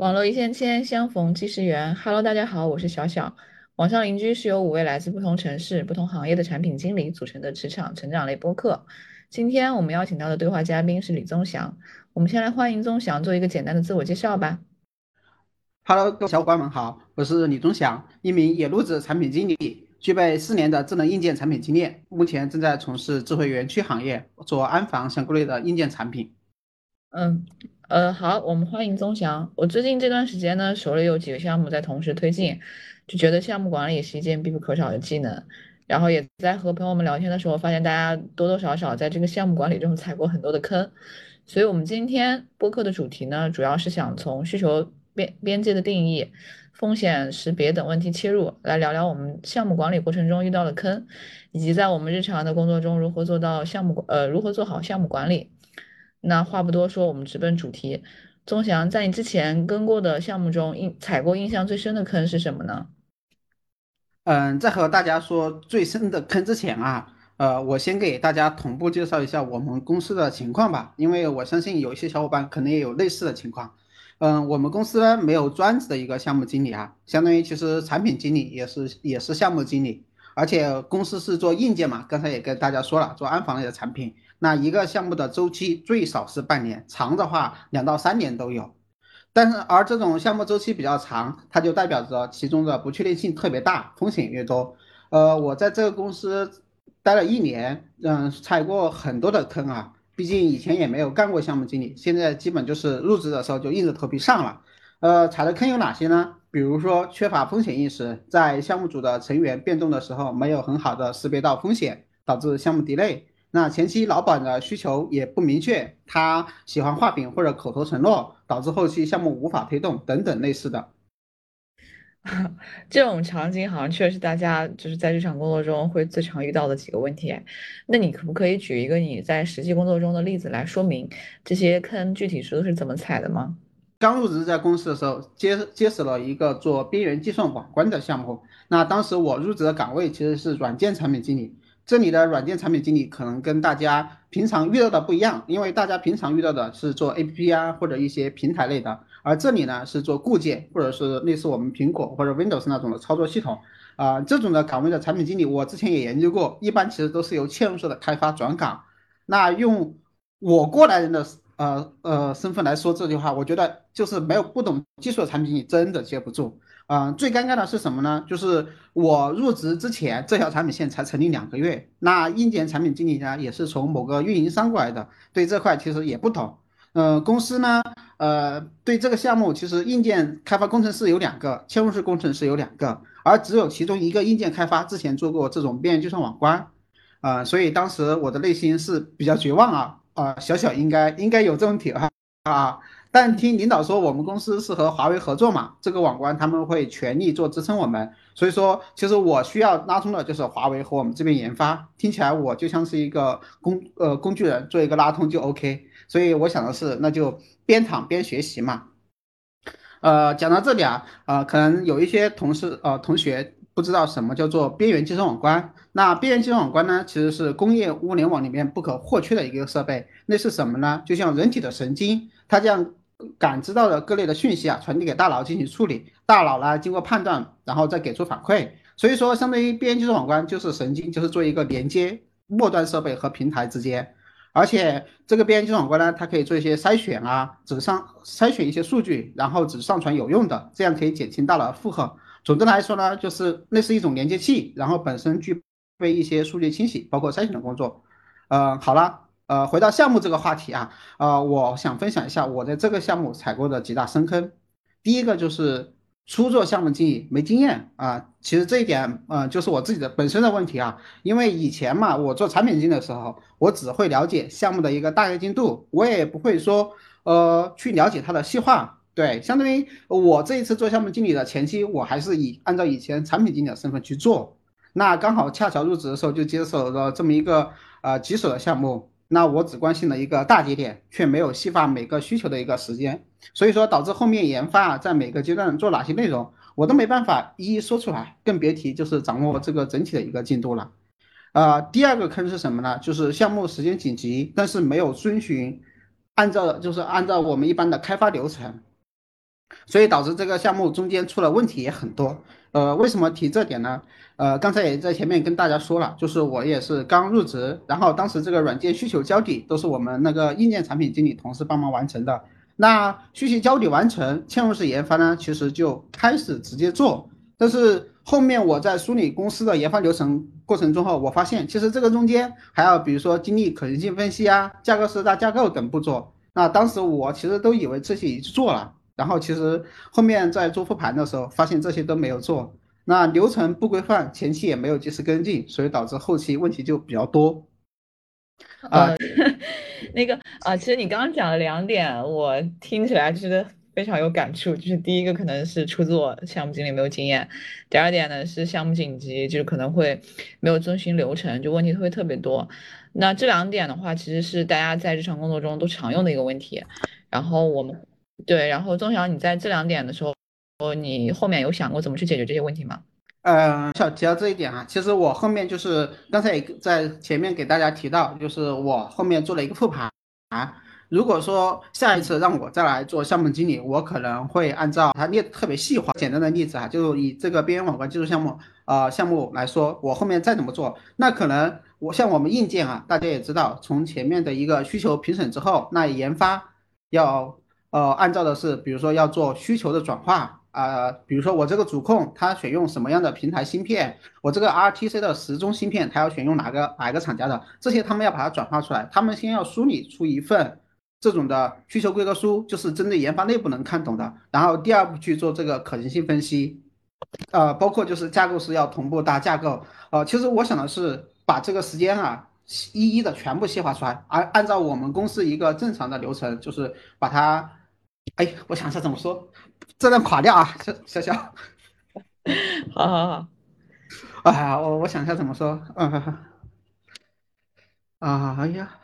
网络一线牵，相逢即是缘。Hello，大家好，我是小小。网上邻居是由5位来自不同城市、不同行业的产品经理组成的职场成长类播客。今天我们邀请到的对话嘉宾是李宗祥。我们先来欢迎宗祥做一个简单的自我介绍吧。 Hello，各位小伙伴们好，我是李宗祥，一名野路子产品经理，具备4年的智能硬件产品经验，目前正在从事智慧园区行业，做安防相关类的硬件产品。 嗯，好，我们欢迎宗祥。我最近这段时间呢，手里有几个项目在同时推进，就觉得项目管理是一件必不可少的技能。然后也在和朋友们聊天的时候，发现大家多多少少在这个项目管理中踩过很多的坑。所以，我们今天播客的主题呢，主要是想从需求边界的定义、风险识别等问题切入，来聊聊我们项目管理过程中遇到的坑，以及在我们日常的工作中如何做好项目管理。那话不多说，我们直奔主题。钟祥，在你之前跟过的项目中，踩过印象最深的坑是什么呢？ 在和大家说最深的坑之前啊，我先给大家同步介绍一下我们公司的情况吧，因为我相信有一些小伙伴可能也有类似的情况。我们公司呢没有专职的一个项目经理啊，相当于其实产品经理也是项目经理，而且公司是做硬件嘛，刚才也跟大家说了，做安防类的产品，那一个项目的周期最少是半年，长的话2到3年都有。而这种项目周期比较长，它就代表着其中的不确定性特别大，风险越多。我在这个公司待了1年，踩过很多的坑啊。毕竟以前也没有干过项目经理，现在基本就是入职的时候就硬着头皮上了。踩的坑有哪些呢？比如说缺乏风险意识，在项目组的成员变动的时候，没有很好的识别到风险，导致项目 delay。那前期老板的需求也不明确，他喜欢画饼或者口头承诺，导致后期项目无法推动等等类似的。 这种场景好像确实大家就是在日常工作中会最常遇到的几个问题。那你可不可以举一个你在实际工作中的例子来说明这些坑具体是怎么踩的吗？ 刚入职在公司的时候，接手了一个做边缘计算网关的项目。那当时我入职的岗位其实是软件产品经理。这里的软件产品经理可能跟大家平常遇到的不一样，因为大家平常遇到的是做 APP 啊或者一些平台类的，而这里呢是做固件或者是类似我们苹果或者 Windows 那种的操作系统。这种的岗位的产品经理，我之前也研究过，一般其实都是由嵌入式的开发转岗。那用我过来人的身份来说这句话，我觉得就是没有不懂技术的产品经理真的接不住。最尴尬的是什么呢？就是我入职之前，这条产品线才成立2个月，那硬件产品经理呢也是从某个运营商过来的，对这块其实也不懂。公司呢，对这个项目其实硬件开发工程师有2个，嵌入式工程师有2个，而只有其中一个硬件开发之前做过这种边缘计算网关。所以当时我的内心是比较绝望啊。小小应该有这种体会啊。但听领导说我们公司是和华为合作嘛，这个网关他们会全力做支撑我们，所以说其实我需要拉通的就是华为和我们这边研发，听起来我就像是一个工具人，做一个拉通就 OK。所以我想的是，那就边躺边学习嘛。讲到这里啊，可能有一些同学不知道什么叫做边缘计算网关。那边缘计算网关呢，其实是工业物联网里面不可或缺的一个设备。那是什么呢？就像人体的神经，它将感知到的各类的讯息啊，传递给大脑进行处理，大脑呢经过判断，然后再给出反馈。所以说，相当于边缘计算网关就是神经，就是做一个连接末端设备和平台之间。而且这个边缘计算网关呢，它可以做一些筛选啊，筛选一些数据，然后只上传有用的，这样可以减轻大脑的负荷。总的来说呢，就是类似一种连接器，然后本身具备一些数据清洗，包括筛选的工作。好了，回到项目这个话题啊，我想分享一下我在这个项目踩过的几大深坑。第一个就是初做项目经理没经验啊，其实这一点就是我自己的本身的问题啊。因为以前嘛，我做产品经理的时候，我只会了解项目的一个大概进度，我也不会说去了解它的细化。对，相当于我这一次做项目经理的前期，我还是按照以前产品经理的身份去做。那刚好恰巧入职的时候就接手了这么一个棘手的项目，那我只关心了一个大节点，却没有细化每个需求的一个时间，所以说导致后面研发在每个阶段做哪些内容，我都没办法一一说出来，更别提就是掌握这个整体的一个进度了。第二个坑是什么呢？就是项目时间紧急，但是没有遵循按照我们一般的开发流程。 所以导致这个项目中间出了问题也很多。为什么提这点呢？刚才也在前面跟大家说了，就是我也是刚入职，然后当时这个软件需求交底都是我们那个硬件产品经理同事帮忙完成的。那需求交底完成，嵌入式研发呢，其实就开始直接做。但是后面我在梳理公司的研发流程过程中后，我发现其实这个中间还要比如说经历可行性分析啊、架构师大架构等步骤。那当时我其实都以为这些已经做了。然后其实后面在做复盘的时候，发现这些都没有做，那流程不规范，前期也没有及时跟进，所以导致后期问题就比较多啊。 那个其实你刚刚讲了两点，我听起来就是非常有感触。就是第一个可能是初做项目经理没有经验，第二点呢是项目紧急，就是可能会没有遵循流程，就问题会特别多。那这两点的话，其实是大家在日常工作中都常用的一个问题。然后我们对，然后钟晓你在这两点的时候，你后面有想过怎么去解决这些问题吗？ 想提到这一点啊，其实我后面就是刚才也在前面给大家提到，就是我后面做了一个复盘。如果说下一嗯次让我再来做项目经理，我可能会按照它列的特别细化。简单的例子啊，就以这个边缘网关技术项目来说，我后面再怎么做，那可能像我们硬件啊，大家也知道，从前面的一个需求评审之后，那研发要按照的是，比如说要做需求的转化比如说我这个主控它选用什么样的平台芯片，我这个 RTC 的时钟芯片它要选用哪个厂家的，这些他们要把它转化出来，他们先要梳理出一份这种的需求规格书，就是针对研发内部能看懂的，然后第二步去做这个可行性分析，包括就是架构师要同步搭架构，其实我想的是把这个时间啊。一一的全部细化出来，而按照我们公司一个正常的流程，就是把它，哎，我想一下怎么说，这段垮掉啊，小， 好好好。 我想一下怎么说，哎呀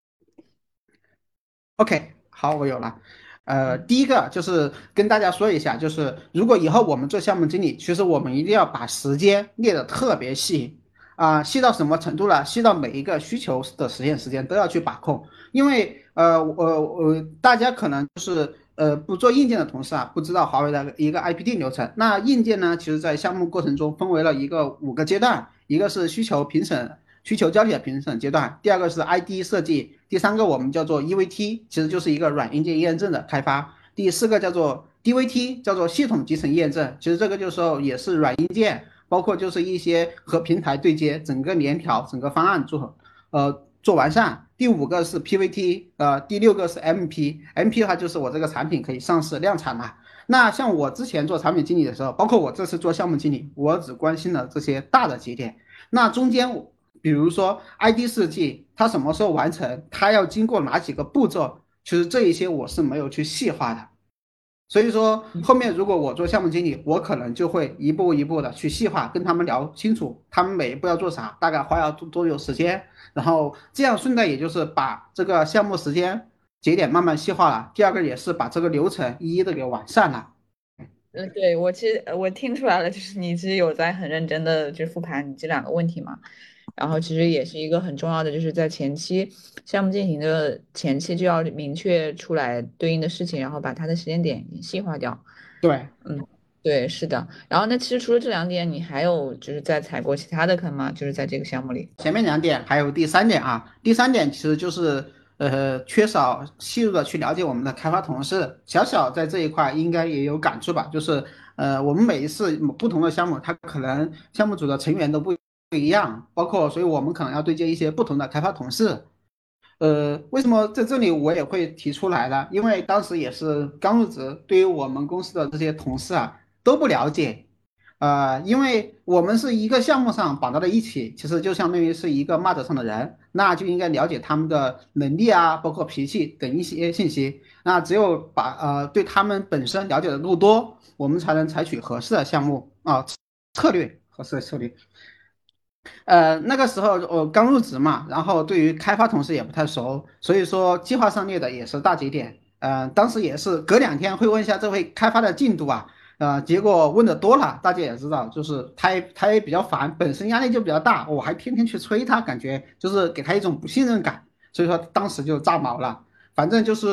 ，OK，好，我有了。 嗯第一个就是跟大家说一下，就是如果以后我们做项目经理，其实我们一定要把时间列得特别细细到什么程度呢？细到每一个需求的实现时间都要去把控，因为大家可能就是不做硬件的同事不知道华为的一个 IPD 流程。那硬件呢，其实在项目过程中分为了5个阶段，一个是需求评审。需求交替的评审阶段，第二个是 ID 设计，第三个我们叫做 EVT，其实就是一个软硬件验证的开发，第四个叫做 DVT，叫做系统集成验证，其实这个就是说也是软硬件，包括就是一些和平台对接，整个联调，整个方案做完善。第五个是 PVT，第六个是 MP，MP 的话就是我这个产品可以上市量产了。那像我之前做产品经理的时候，包括我这次做项目经理，我只关心了这些大的节点。那中间比如说 ID 设计，它什么时候完成，它要经过哪几个步骤，其实这一些我是没有去细化的。所以说后面如果我做项目经理，我可能就会一步一步的去细化，跟他们聊清楚，他们每一步要做啥，大概花要多久时间，然后这样顺带也就是把这个项目时间节点慢慢细化了。第二个也是把这个流程一一的给完善了。 对，我其实我听出来了，就是你其实有在很认真的就复盘你这两个问题嘛，然后其实也是一个很重要的，就是在前期项目进行的前期就要明确出来对应的事情，然后把它的时间点细化掉。 对， 嗯，对，是的。然后那其实除了这两点，你还有就是在踩过其他的坑吗？就是在这个项目里。 前面2点还有第三点第三点其实就是缺少细入的去了解我们的开发同事，小小在这一块应该也有感触吧，就是我们每一次不同的项目，它可能项目组的成员都不一样，包括所以我们可能要对接一些不同的开发同事。为什么在这里我也会提出来呢？因为当时也是刚入职，对于我们公司的这些同事都不了解，因为我们是一个项目上绑到了一起，其实就相当于是一个 MAD 上的人，那就应该了解他们的能力包括脾气等一些信息。那只有把对他们本身了解的够多，我们才能采取合适的项目策略，合适的策略。那个时候我刚入职嘛，然后对于开发同事也不太熟，所以说计划上列的也是大节点。当时也是隔2天会问一下这位开发的进度结果问的多了，大家也知道，就是他也比较烦，本身压力就比较大，我还天天去催他，感觉就是给他一种不信任感，所以说当时就炸毛了。反正就是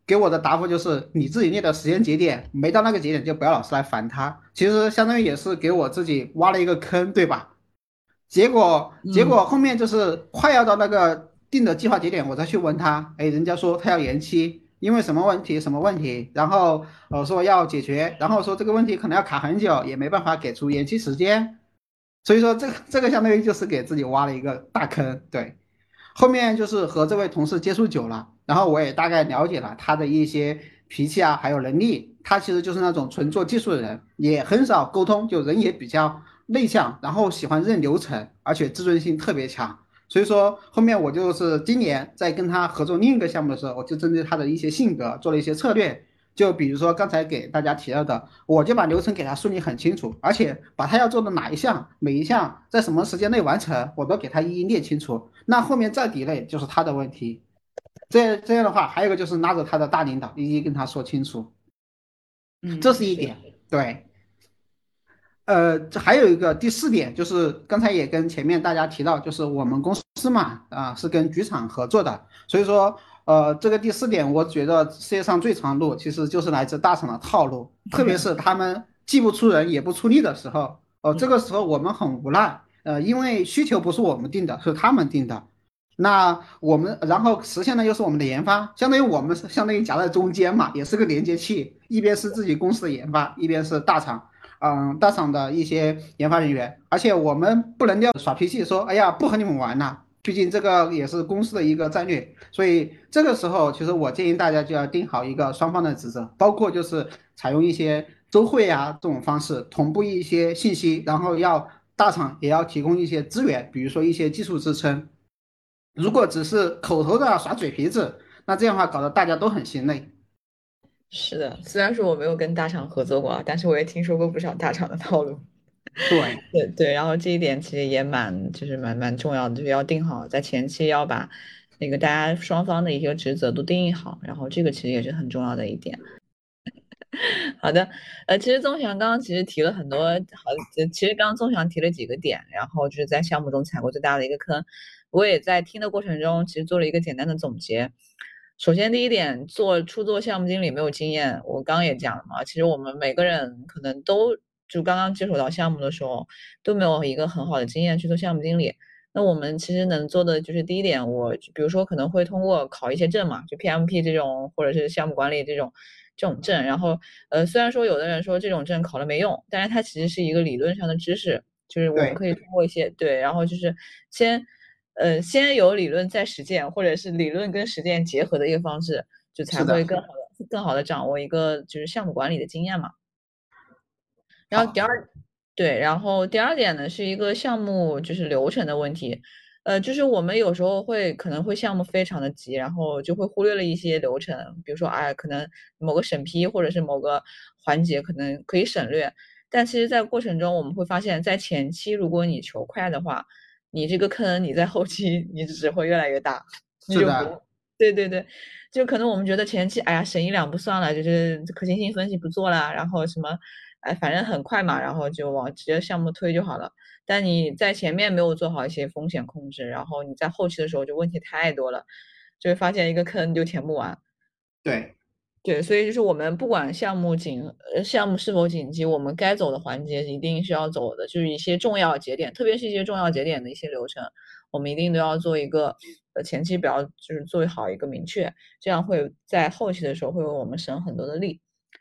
给我的答复就是你自己列的时间节点没到那个节点就不要老是来烦他，其实相当于也是给我自己挖了一个坑，对吧？结果嗯。 后面就是快要到那个定的计划节点，我再去问他，哎，人家说他要延期，因为什么问题什么问题，然后说要解决，然后说这个问题可能要卡很久，也没办法给出延期时间，所以说这个相当于就是给自己挖了一个大坑，对。后面就是和这位同事接触久了，然后我也大概了解了他的一些脾气啊，还有能力。他其实就是那种纯做技术的人，也很少沟通，就人也比较内向，然后喜欢认流程，而且自尊心特别强。所以说后面我就是今年在跟他合作另一个项目的时候，我就针对他的一些性格做了一些策略，就比如说刚才给大家提到的，我就把流程给他梳理很清楚，而且把他要做的哪一项，每一项在什么时间内完成，我都给他一一列清楚。那后面再 delay 就是他的问题。这样的话，还有一个就是拉着他的大领导一一跟他说清楚，这嗯，是的。 是一点。对。这还有一个第四点，就是刚才也跟前面大家提到，就是我们公司嘛，是跟剧场合作的，所以说，这个第四点，我觉得世界上最长路其实就是来自大厂的套路，特别是他们既不出人也不出力的时候，这个时候我们很无奈，因为需求不是我们定的，是他们定的，那我们然后实现的又是我们的研发，相当于我们是相当于夹在中间嘛，也是个连接器，一边是自己公司的研发，一边是大厂。大厂的一些研发人员，而且我们不能耍脾气说，哎呀，不和你们玩了。毕竟这个也是公司的一个战略，所以这个时候，其实我建议大家就要定好一个双方的职责，包括就是采用一些周会啊这种方式，同步一些信息，然后大厂也要提供一些资源，比如说一些技术支撑。如果只是口头的耍嘴皮子，那这样的话搞得大家都很心累。 是的，虽然说我没有跟大厂合作过啊，但是我也听说过不少大厂的套路。 对， 对对，然后这一点其实也就是蛮重要的，就是要定好，在前期要把那个大家双方的一些职责都定义好，然后这个其实也是很重要的一点。好的，其实宗祥刚刚其实提了很多其实刚刚宗祥提了几个点，然后就是在项目中踩过最大的一个坑，我也在听的过程中，其实做了一个简单的总结。首先第一点，初做项目经理没有经验，我刚刚也讲了嘛，其实我们每个人可能都就刚刚接手到项目的时候，都没有一个很好的经验去做项目经理。那我们其实能做的就是第一点，我比如说可能会通过考一些证嘛，就 PMP 这种，或者是项目管理这种证。然后虽然说有的人说这种证考了没用，但是它其实是一个理论上的知识，就是我们对， 可以通过一些对，然后就是先有理论再实践，或者是理论跟实践结合的一个方式，就才是的， 会更好的掌握一个就是项目管理的经验嘛。然后好， 对，然后第二点呢，是一个项目就是流程的问题，就是我们有时候可能会项目非常的急，然后就会忽略了一些流程，比如说，哎，可能某个审批或者是某个环节可能可以省略，但其实在过程中我们会发现，在前期如果你求快的话，你这个坑你在后期你只会越来越大，你就不用， 是的， 对对对，就可能我们觉得前期，哎呀，省一两步算了，就是可行性分析不做了，然后什么，哎，反正很快嘛，然后就直接项目推就好了。但你在前面没有做好一些风险控制，然后你在后期的时候就问题太多了，就会发现一个坑就填不完。 对。 对，所以就是我们不管项目是否紧急，我们该走的环节一定是要走的，就是一些重要节点，特别是一些重要节点的一些流程，我们一定都要做一个前期表，就是做好一个明确，这样会在后期的时候会为我们省很多的力。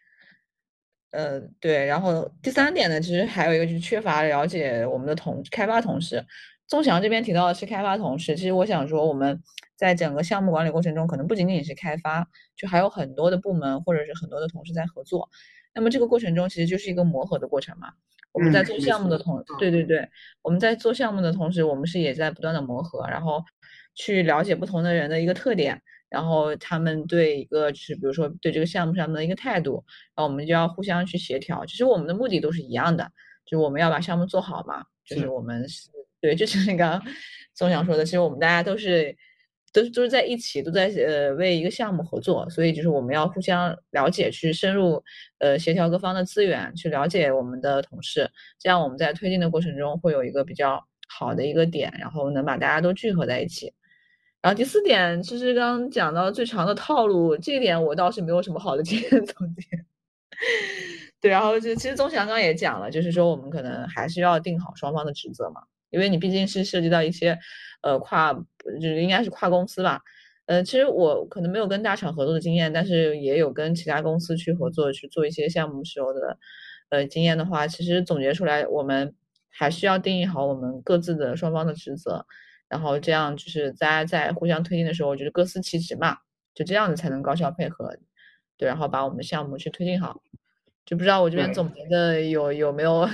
对，然后第三点呢，其实还有一个就是缺乏了解我们的开发同事。钟祥这边提到的是开发同事，其实我想说我们在整个项目管理过程中，可能不仅仅是开发，就还有很多的部门或者是很多的同事在合作。那么这个过程中其实就是一个磨合的过程嘛。我们在做没错， 对对对，我们在做项目的同时，我们也在不断的磨合，然后去了解不同的人的一个特点，然后他们对一个就是比如说对这个项目上面的一个态度。然后我们就要互相去协调。其实我们的目的都是一样的，就是我们要把项目做好嘛。就是是， 我们对，这就是刚刚宗想说的，其实我们大家都是在一起，都在为一个项目合作，所以就是我们要互相了解，去深入协调各方的资源，去了解我们的同事，这样我们在推进的过程中会有一个比较好的一个点，然后能把大家都聚合在一起。 然后第四点，其实刚刚讲到最长的套路，这一点我倒是没有什么好的经验总结。对，然后其实钟翔刚刚也讲了，就是说我们可能还是要定好双方的职责嘛，因为你毕竟是涉及到一些就是应该是跨公司吧。其实我可能没有跟大厂合作的经验，但是也有跟其他公司去合作去做一些项目时候的经验的话，其实总结出来，我们还是要定义好我们各自的双方的职责，然后这样就是大家在互相推进的时候，就是各司其职嘛，就这样子才能高效配合，对，然后把我们的项目去推进好。就不知道我这边对。 总结的有没有，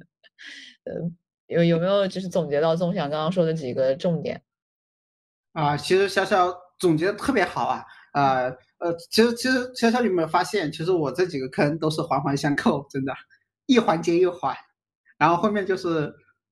有没有就是总结到钟想刚刚说的几个重点？ 其实潇潇总结的特别好啊。其实潇潇有没有发现，其实我这几个坑都是环环相扣，真的，一环接一环。然后后面就是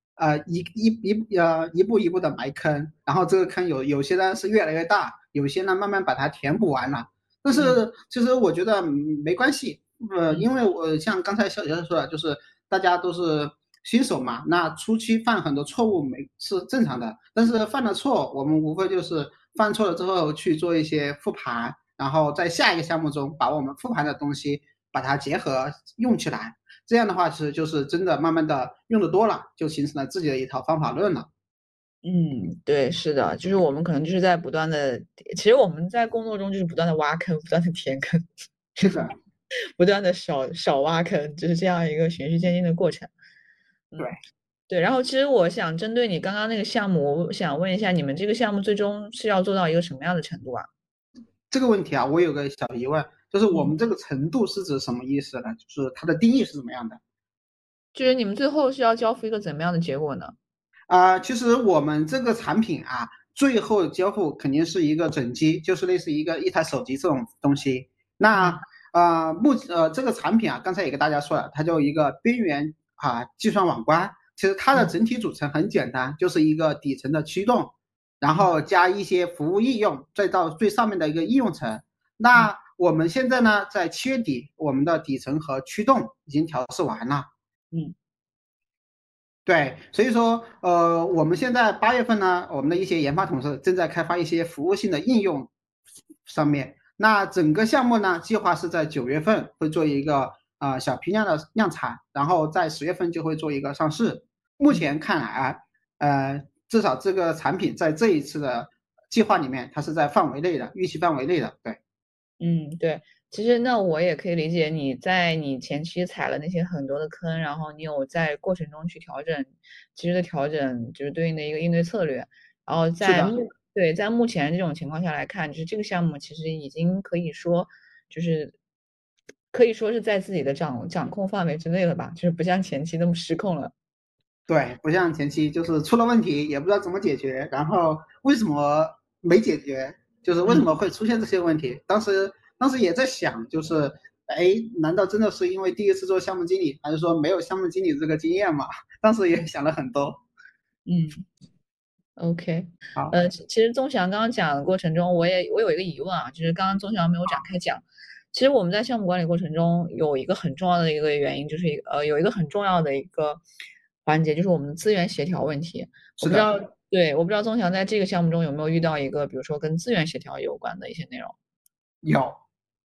一步一步的埋坑，然后这个坑有些呢是越来越大，有些呢慢慢把它填补完了。但嗯是其实我觉得没关系。 嗯因为我像刚才小姐说的，就是大家都是新手嘛，那初期犯很多错误是正常的，但是犯了错，我们无非就是犯错了之后去做一些复盘，然后在下一个项目中把我们复盘的东西把它结合用起来。这样的话，其实就是真的慢慢的用的多了，就形成了自己的一套方法论了。 嗯，对，是的，就是我们可能就是在不断的，其实我们在工作中就是不断的挖坑，不断的填坑， 是的。 不断的少挖坑，就是这样一个循序渐进的过程。 对。 嗯，对。然后其实我想针对你刚刚那个项目，我想问一下，你们这个项目最终是要做到一个什么样的程度啊？ 这个问题啊，我有个小疑问，就是我嗯。 们这个程度是指什么意思呢？就是它的定义是怎么样的？ 就是你们最后是要交付一个怎么样的结果呢？ 其实我们这个产品啊，最后交付肯定是一个整机，就是类似一台手机这种东西。那嗯这个产品啊，刚才也跟大家说了，它叫一个边缘计算网关。其实它的嗯整体组成很简单，就是一个底层的驱动，然嗯后加一些服务应用，再到最上面的一个应用层。 嗯那我们现在呢，在7月底，我们的底层和驱动已经调试完了。 嗯对，所以说，我们现在8月份呢，我们的一些研发同事正在开发一些服务性的应用上面。那整个项目呢，计划是在9月份会做一个小批量的量产，然后在10月份就会做一个上市。目嗯前看来，至少这个产品在这一次的计划里面，它是在范围内的，预期范围内的。对。 嗯，对。其实那我也可以理解你在你前期踩了那些很多的坑，然后你有在过程中去调整，及时的调整就是对应的一个应对策略。然后是的。 在目前这种情况下来看，就是这个项目其实已经可以说就是可以说是在自己的掌控范围之内了吧，就是不像前期那么失控了。 对，不像前期就是出了问题也不知道怎么解决，然后为什么没解决，就是为什嗯。 么会出现这些问题。当时也在想，就是哎，难道真的是因为第一次做项目经理，还是说没有项目经理这个经验嘛？当时也想了很多。 嗯。OK。 好。 其实宗祥刚刚讲的过程中，我有一个疑问啊，就是刚刚宗祥没有展开讲。其实我们在项目管理过程中有一个很重要的一个原因，就是有一个很重要的一个环节，就是我们的资源协调问题。我是的。 不知道，对，我不知道宗祥在这个项目中有没有遇到一个，比如说跟资源协调有关的一些内容， 有。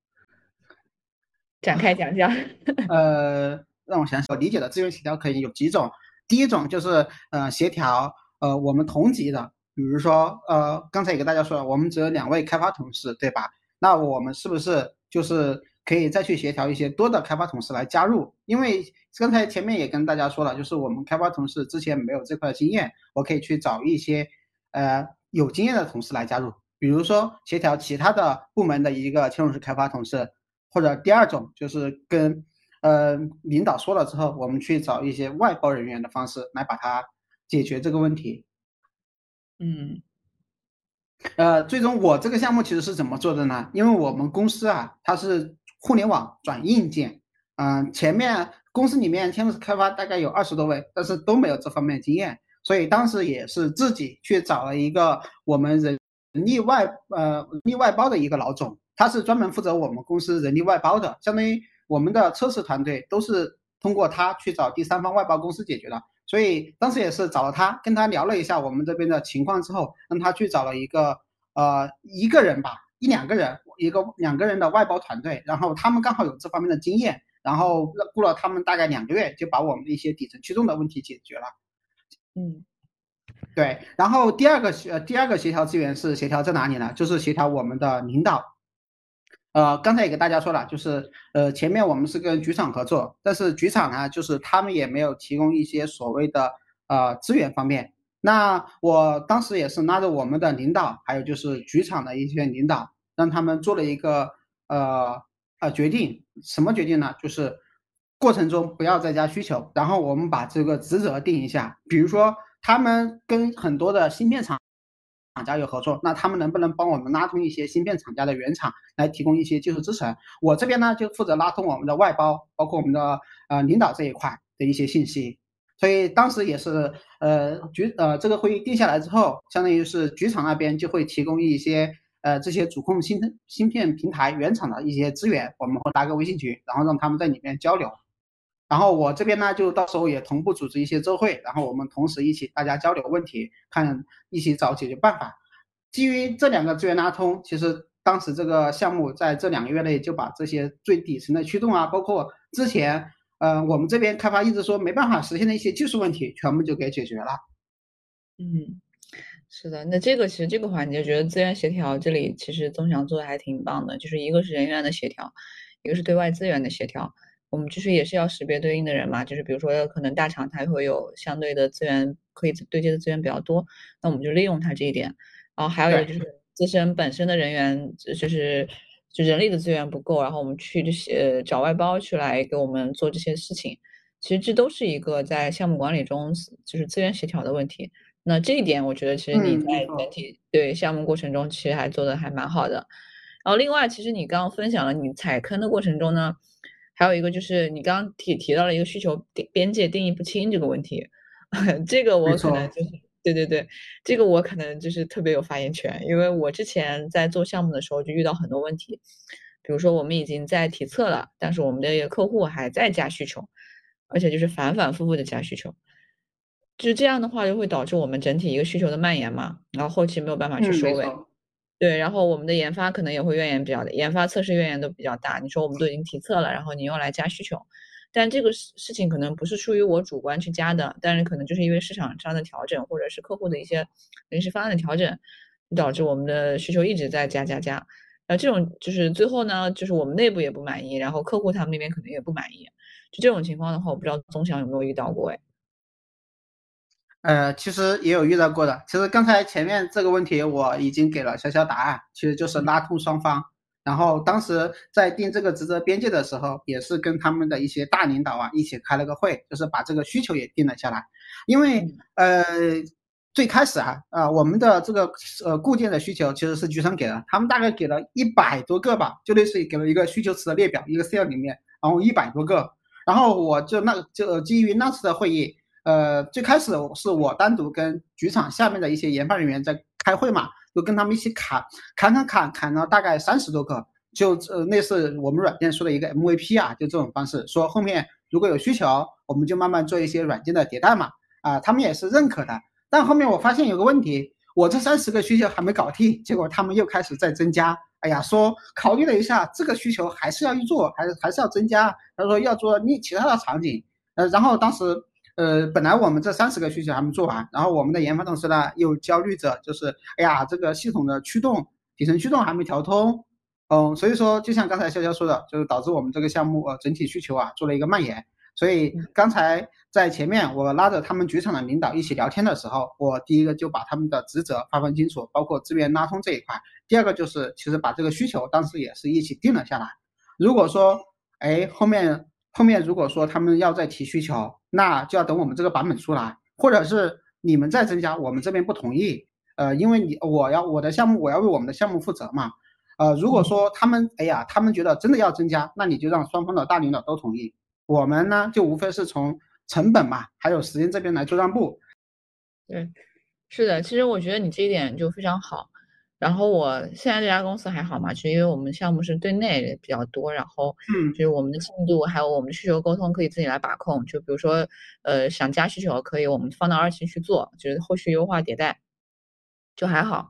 展开讲讲。 让我想想，我理解的资源协调可以有几种。第一种就是协调我们同级的，比如说刚才也跟大家说了，我们只有2位开发同事，对吧？那我们是不是就是可以再去协调一些多的开发同事来加入？因为刚才前面也跟大家说了，就是我们开发同事之前没有这块经验，我可以去找一些有经验的同事来加入，比如说协调其他的部门的一个嵌入式开发同事。或者第二种就是跟领导说了之后，我们去找一些外包人员的方式来把它解决这个问题。 嗯最终我这个项目其实是怎么做的呢？因为我们公司啊，它是互联网转硬件。前面公司里面嵌入式开发大概有20多位，但是都没有这方面经验，所以当时也是自己去找了一个我们人力外包的一个老总，他是专门负责我们公司人力外包的，相当于我们的测试团队都是通过他去找第三方外包公司解决的。所以当时也是找了他，跟他聊了一下我们这边的情况之后，让他去找了一个一个人吧，一两个人，两个人的外包团队，然后他们刚好有这方面的经验，然后雇了他们大概2个月，就把我们的一些底层驱动的问题解决了。 嗯对，然后第二个协调资源是协调在哪里呢？就是协调我们的领导。刚才也给大家说了，就是前面我们是跟局厂合作，但是局厂呢，就是他们也没有提供一些所谓的资源方面。那我当时也是拉着我们的领导，还有就是局厂的一些领导，让他们做了一个决定，什么决定呢？就是过程中不要再加需求，然后我们把这个职责定一下，比如说他们跟很多的芯片厂家有合作，那他们能不能帮我们拉通一些芯片厂家的原厂，来提供一些技术支持？我这边呢就负责拉通我们的外包，包括我们的领导这一块的一些信息。所以当时也是这个会议定下来之后，相当于是局厂那边就会提供一些这些主控芯片平台原厂的一些资源，我们会拉个微信群，然后让他们在里面交流。然后我这边呢，就到时候也同步组织一些周会，然后我们同时一起大家交流问题，看一起找解决办法。基于这2个资源拉通，其实当时这个项目在这2个月内就把这些最底层的驱动啊，包括之前我们这边开发一直说没办法实现的一些技术问题，全部就给解决了。 嗯。是的，那这个其实这个环节，觉得资源协调这里其实宗翔做的还挺棒的，就是一个是人员的协调，一个是对外资源的协调。我们其实也是要识别对应的人嘛，就是比如说可能大厂它会有相对的资源可以对接的资源比较多，那我们就利用它这一点。然后还有一个对， 就是自身本身的人员，就人力的资源不够，然后我们去这些找外包去来给我们做这些事情。其实这都是一个在项目管理中就是资源协调的问题。那这一点我觉得其实你在没错， 整体对项目过程中其实还做得还蛮好的。然后另外其实你刚刚分享了你踩坑的过程中呢，还有一个就是你刚刚提到了一个需求边界定义不清这个问题。这个我可能没错， 就是对对对，这个我可能就是特别有发言权，因为我之前在做项目的时候就遇到很多问题。比如说我们已经在提测了，但是我们的客户还在加需求，而且就是反反复复的加需求。就这样的话就会导致我们整体一个需求的蔓延嘛，然后后期没有办法去收尾。 没错， 对，然后我们的研发可能也会怨言比较大，研发测试怨言都比较大。你说我们都已经提测了，然后你又来加需求，但这个事情可能不是出于我主观去加的，但是可能就是因为市场上的调整，或者是客户的一些临时方案的调整，导致我们的需求一直在加。这种就是最后呢，就是我们内部也不满意，然后客户他们那边可能也不满意。就这种情况的话，我不知道宗翔有没有遇到过哎？ 其实也有遇到过的。其实刚才前面这个问题我已经给了小小答案，其实就是拉通双方。然后当时在定这个职责边界的时候，也是跟他们的一些大领导啊一起开了个会，就是把这个需求也定了下来。因为嗯最开始我们的这个固件的需求其实是局长给的，他们大概给了100多个吧，就类似于给了一个需求词的列表，一个 Excel 里面，然后100多个。然后我就基于那次的会议。最开始是我单独跟局厂下面的一些研发人员在开会嘛，就跟他们一起砍了大概30多个，就类似我们软件说的一个 MVP 啊，就这种方式，说后面如果有需求，我们就慢慢做一些软件的迭代嘛，他们也是认可的。但后面我发现有个问题，我这30个需求还没搞定，结果他们又开始在增加。哎呀，说考虑了一下，这个需求还是要去做，还是要增加。他说要做其他的场景，然后当时本来我们这30个需求还没做完，然后我们的研发同事呢又焦虑着，就是哎呀，这个系统的底层驱动还没调通，所以说就像刚才潇潇说的，就是导致我们这个项目整体需求做了一个蔓延。所以嗯刚才在前面我拉着他们局场的领导一起聊天的时候，我第一个就把他们的职责划分清楚，包括资源拉通这一块。第二个就是其实把这个需求当时也是一起定了下来。如果说后面如果说他们要再提需求，那就要等我们这个版本出来，或者是你们再增加，我们这边不同意。因为我的项目我要为我们的项目负责嘛。如果嗯。 说他们觉得真的要增加，那你就让双方的大领导都同意。我们呢就无非是从成本嘛，还有时间这边来做让步。 对，是的，其实我觉得你这一点就非常好。然后我现在这家公司还好嘛，是因为我们项目是对内比较多，然后就嗯， 是我们的进度还有我们的需求沟通可以自己来把控。就比如说，想加需求可以我们放到2期去做，就是后续优化迭代就还好。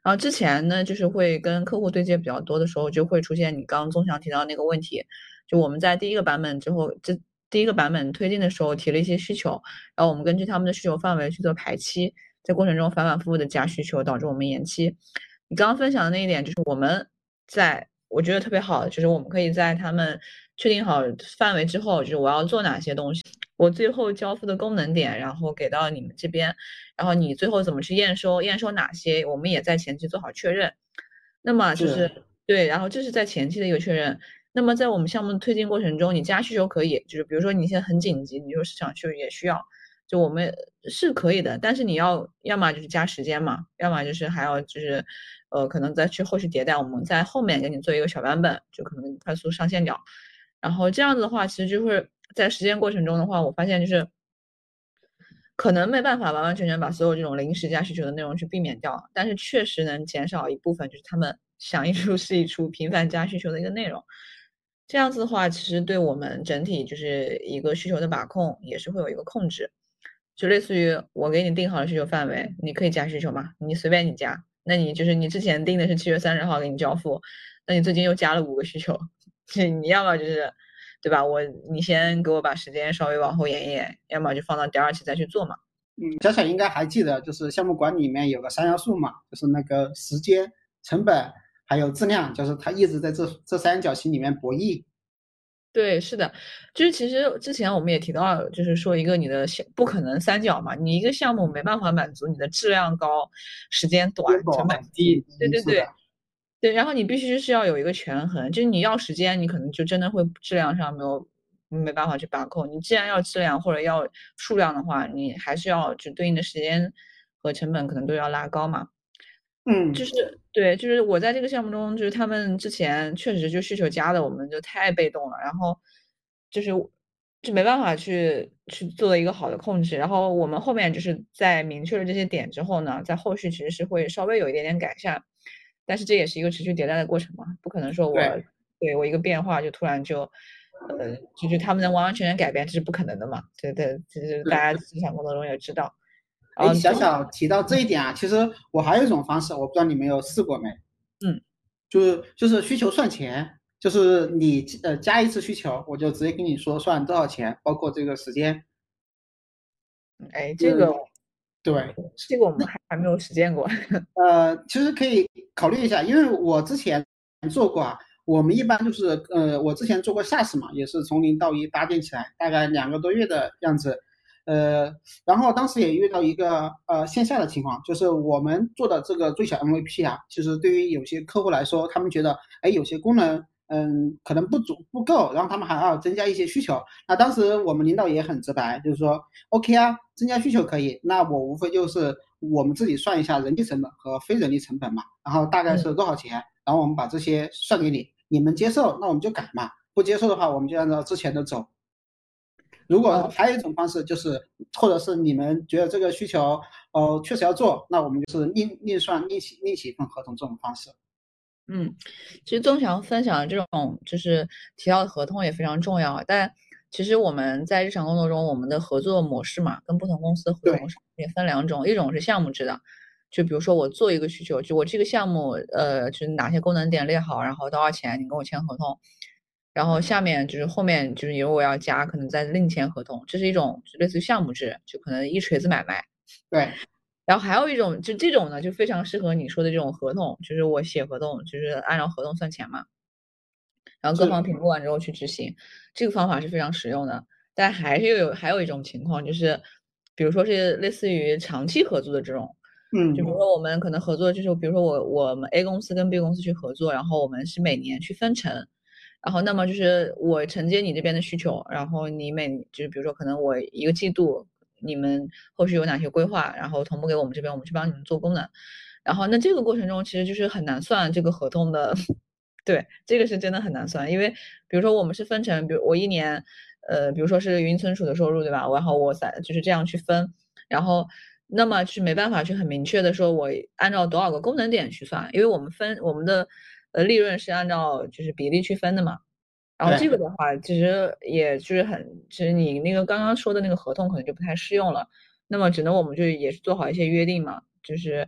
然后之前呢，就是会跟客户对接比较多的时候，就会出现你刚刚宗祥提到那个问题，就我们在第一个版本之后，第一个版本推进的时候提了一些需求，然后我们根据他们的需求范围去做排期，在过程中反反复复的加需求，导致我们延期。你刚刚分享的那一点，就是我觉得特别好，就是我们可以在他们确定好范围之后，就是我要做哪些东西，我最后交付的功能点，然后给到你们这边，然后你最后怎么去验收，验收哪些，我们也在前期做好确认。那么就是， 是对，然后这是在前期的一个确认。那么在我们项目的推进过程中，你加需求可以，就是比如说你现在很紧急，你说市场需求也需要，就我们是可以的，但是你要么就是加时间嘛，要么就是还要就是可能再去后续迭代，我们在后面给你做一个小版本，就可能快速上线掉。然后这样子的话，其实就会在实践过程中的话，我发现就是可能没办法完完全全把所有这种临时加需求的内容去避免掉，但是确实能减少一部分就是他们想一出是一出频繁加需求的一个内容。这样子的话，其实对我们整体就是一个需求的把控也是会有一个控制，就类似于我给你定好了需求范围，你可以加需求嘛，你随便你加。那你就是你之前定的是7月30号给你交付，那你最近又加了5个需求，你要么就是对吧？你先给我把时间稍微往后延一延，要么就放到第二期再去做嘛。 小小应该还记得，就是项目管理里面有个3要素嘛，就是那个时间、成本还有质量，就是它一直在这三角形里面博弈。 对，是的，就是其实之前我们也提到，就是说一个你的不可能三角嘛，你一个项目没办法满足你的质量高、时间短、成本低。对对对， 是的。 对，然后你必须是要有一个权衡，就是你要时间，你可能就真的会质量上没办法去把控。你既然要质量或者要数量的话，你还是要就对应的时间和成本可能都要拉高嘛。就嗯， 是对，就是我在这个项目中，就是他们之前确实就需求加的，我们就太被动了，然后就是就没办法去做一个好的控制。然后我们后面就是在明确了这些点之后呢，在后续其实是会稍微有一点点改善，但是这也是一个持续迭代的过程嘛，不可能说对。 我一个变化就突然就是他们能完完全全改变，这是不可能的嘛。对对，就是大对。 家日常工作中也知道。然哎， 后小小提到这一点啊，其实我还有一种方式，我不知道你们有试过没， 嗯。 就是需求算钱，就是你加一次需求，我就直接跟你说算多少钱，包括这个时间。 哎， 嗯，对。 这个我们还没有实践过。 其实可以考虑一下，因为我之前做过啊，我们一般就是我之前做过 SaaS 嘛，也是从零到一搭建起来，大概2个多月的样子。呃，然后当时也遇到一个线下的情况，就是我们做的这个最小 MVP 啊，其实对于有些客户来说，他们觉得哎有些功能可能不够，然后他们还要增加一些需求。那当时我们领导也很直白，就是说 OK 啊，增加需求可以，那我无非就是我们自己算一下人力成本和非人力成本嘛，然后大概是嗯， 多少钱，然后我们把这些算给你，你们接受那我们就改嘛，不接受的话我们就按照之前的走。如果哦， 还有一种方式就是，或者是你们觉得这个需求确实要做，那我们就是另算另起一份合同这种方式。 嗯，其实宗祥分享的这种就是提到的合同也非常重要，但其实我们在日常工作中，我们的合作模式嘛，跟不同公司的合作模对。 式也分两种，一种是项目制的，就比如说我做一个需求，就我这个项目，就是哪些功能点列好，然后多少钱，你跟我签合同，然后下面就是后面就是如果要加，可能再另签合同，这是一种类似于项目制，就可能一锤子买卖。 对。 然后还有一种，就这种呢，就非常适合你说的这种合同，就是我写合同，就是按照合同算钱嘛，然后各方是。 评估完之后去执行，这个方法是非常实用的。但还有一种情况，就是比如说是类似于长期合作的这种，就比如嗯。 说我们可能合作就是比如说我们 A 公司跟 B 公司去合作，然后我们是每年去分成，然后那么就是我承接你这边的需求，然后就是比如说可能我一个季度你们后续有哪些规划，然后同步给我们这边，我们去帮你们做功能。然后那这个过程中其实就是很难算这个合同的，对，这个是真的很难算，因为比如说我们是分成，比如我一年，比如说是云存储的收入，对吧？然后就是这样去分，然后那么是没办法去很明确的说我按照多少个功能点去算，因为我们的利润是按照就是比例去分的嘛。然后这对。 个的话，其实也就是其实你那个刚刚说的那个合同可能就不太适用了。那么只能我们就也是做好一些约定嘛，就是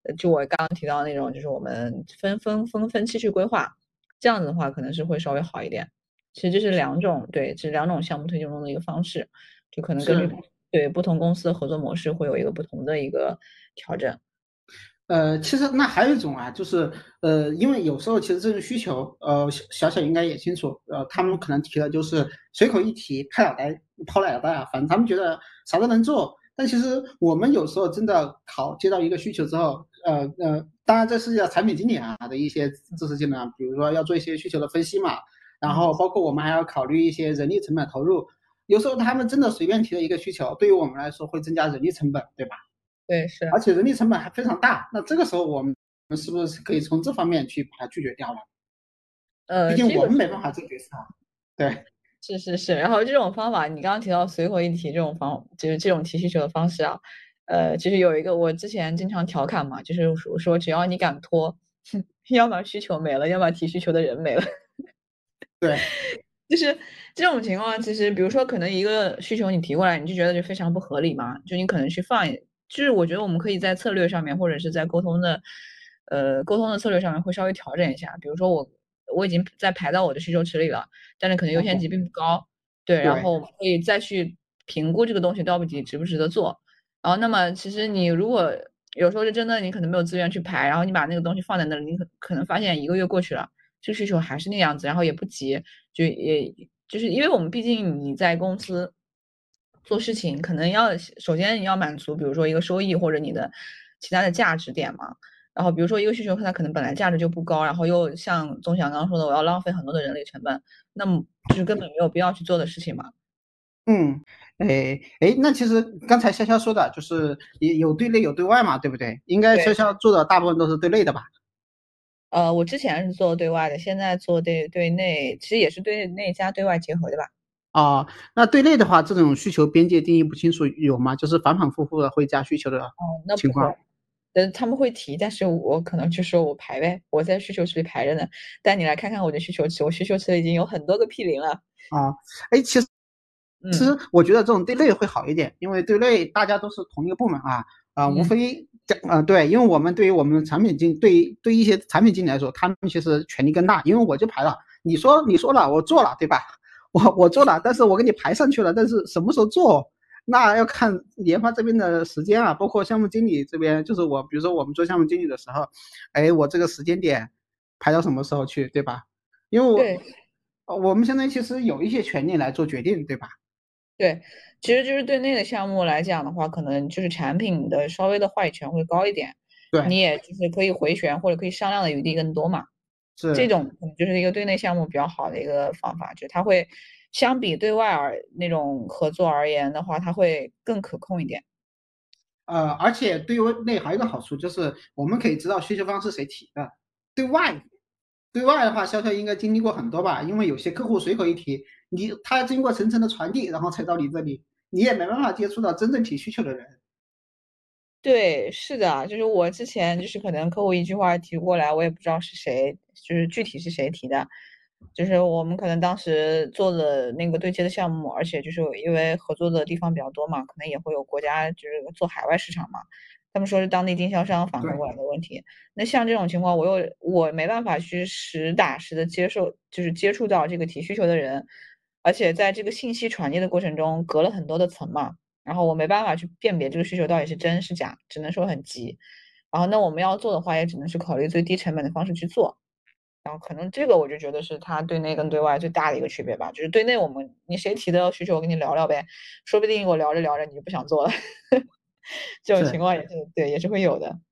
就我刚刚提到那种，就是我们分期去规划，这样子的话可能是会稍微好一点。其实这是两种，对，这是两种项目推进中的一个方式，就可能根据是。 对不同公司的合作模式会有一个不同的一个调整。 其实那还有一种啊，就是因为有时候其实这种需求，小应该也清楚，他们可能提的就是随口一提，抛脑袋啊，反正他们觉得啥都能做。但其实我们有时候真的接到一个需求之后，当然这是要产品经理啊的一些知识技能啊，比如说要做一些需求的分析嘛，然后包括我们还要考虑一些人力成本投入。有时候他们真的随便提了一个需求，对于我们来说会增加人力成本，对吧？ 对，是。 而且人力成本还非常大。那这个时候我们是不是可以从这方面去把它拒绝掉了？毕竟这个我们没办法做决策啊。对是，然后这种方法，你刚刚提到随口一提这种就是这种提需求的方式啊，其实有一个我之前经常调侃嘛，就是我说只要你敢拖，要么需求没了，要么提需求的人没了。 对就是这种情况，其实比如说可能一个需求你提过来，你就觉得就非常不合理嘛，就你可能去就是我觉得我们可以在策略上面或者是在沟通的策略上面会稍微调整一下。比如说我已经在排到我的需求池里了，但是可能优先级 ，OK， 并不高，对，然对， 后我们可以再去评估这个东西到底值不值得做。然后那么其实你如果有时候是真的你可能没有资源去排，然后你把那个东西放在那里，你可能发现一个月过去了。这个需求还是那样子，然后也不急，就是因为我们毕竟你在公司做事情，可能首先你要满足，比如说一个收益或者你的其他的价值点嘛。然后比如说一个需求它可能本来价值就不高，然后又像钟祥刚刚说的，我要浪费很多的人力成本，那么就是根本没有必要去做的事情嘛。 嗯，那其实刚才潇潇说的就是也有对内有对外嘛，对不对？应该潇对， 潇做的大部分都是对内的吧？ 我之前是做对外的，现在做对内，其实也是对内加对外结合的吧。 啊，那对内的话，这种需求边界定义不清楚有吗？就是反反复复的会加需求的哦，那不会。 情况。 他们会提，但是我可能就说我排呗，我在需求池里排着呢。但你来看看我的需求池，我需求池里已经有很多个 P 零了。 啊，其实嗯， 我觉得这种对内会好一点，因为对内大家都是同一个部门无嗯， 非对，因为我们对于我们产品经对一些产品经理来说，他们其实权力更大，因为我就排了，你说了，我做了，对吧？我做了，但是我给你排上去了，但是什么时候做，那要看研发这边的时间啊，包括项目经理这边，就是比如说我们做项目经理的时候，我这个时间点排到什么时候去，对吧？因为对我们现在其实有一些权利来做决定，对吧？ 对，其实就是对内的项目来讲的话，可能就是产品的稍微的话语权会高一点，你对， 也就是可以回旋或者可以商量的余地更多嘛。这是。 种可能就是一个对内项目比较好的一个方法，就是它会相比对外那种合作而言的话，它会更可控一点。 而且对内还有一个好处就是我们可以知道需求方是谁提的。对外，对外的话，潇潇应该经历过很多吧？因为有些客户随口一提，他经过层层的传递，然后才到你这里，你也没办法接触到真正提需求的人。 对，是的，就是我之前就是可能客户一句话提过来，我也不知道是谁，就是具体是谁提的，就是我们可能当时做的那个对接的项目，而且就是因为合作的地方比较多嘛，可能也会有国家就是做海外市场嘛，他们说是当地经销商反馈对， 过来的问题。那像这种情况，我没办法去实打实的就是接触到这个提需求的人，而且在这个信息传递的过程中隔了很多的层嘛。然后我没办法去辨别这个需求到底是真是假，只能说很急。然后那我们要做的话，也只能是考虑最低成本的方式去做。然后可能这个我就觉得是它对内跟对外最大的一个区别吧。就是对内你谁提的需求，我跟你聊聊呗，说不定我聊着聊着你就不想做了。这种情是。 况也是对，也是会有的。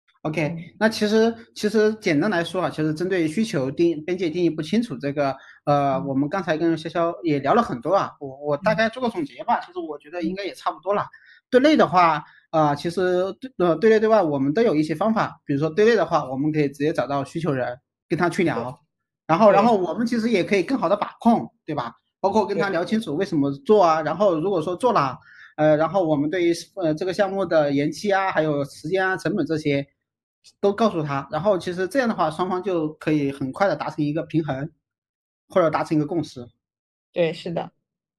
OK， 嗯那其实简单来说其实针对需求边界定义不清楚这个， 嗯我们刚才跟潇潇也聊了很多啊，我大嗯概做个总结吧，其实我觉得应嗯， 该也差不多了。对内的话，其实对内对外我们都有一些方法，比如说对内的话，我们可以直接找到需求人跟他去对聊，然后对我们其实也可以更好的把控，对吧？包括跟他对聊清楚为什么做啊，然后如果说做了，然后我们对于这个项目的延期啊，还有时间啊、成本这些。都告诉他，然后其实这样的话，双方就可以很快的达成一个平衡，或者达成一个共识。 对，是的。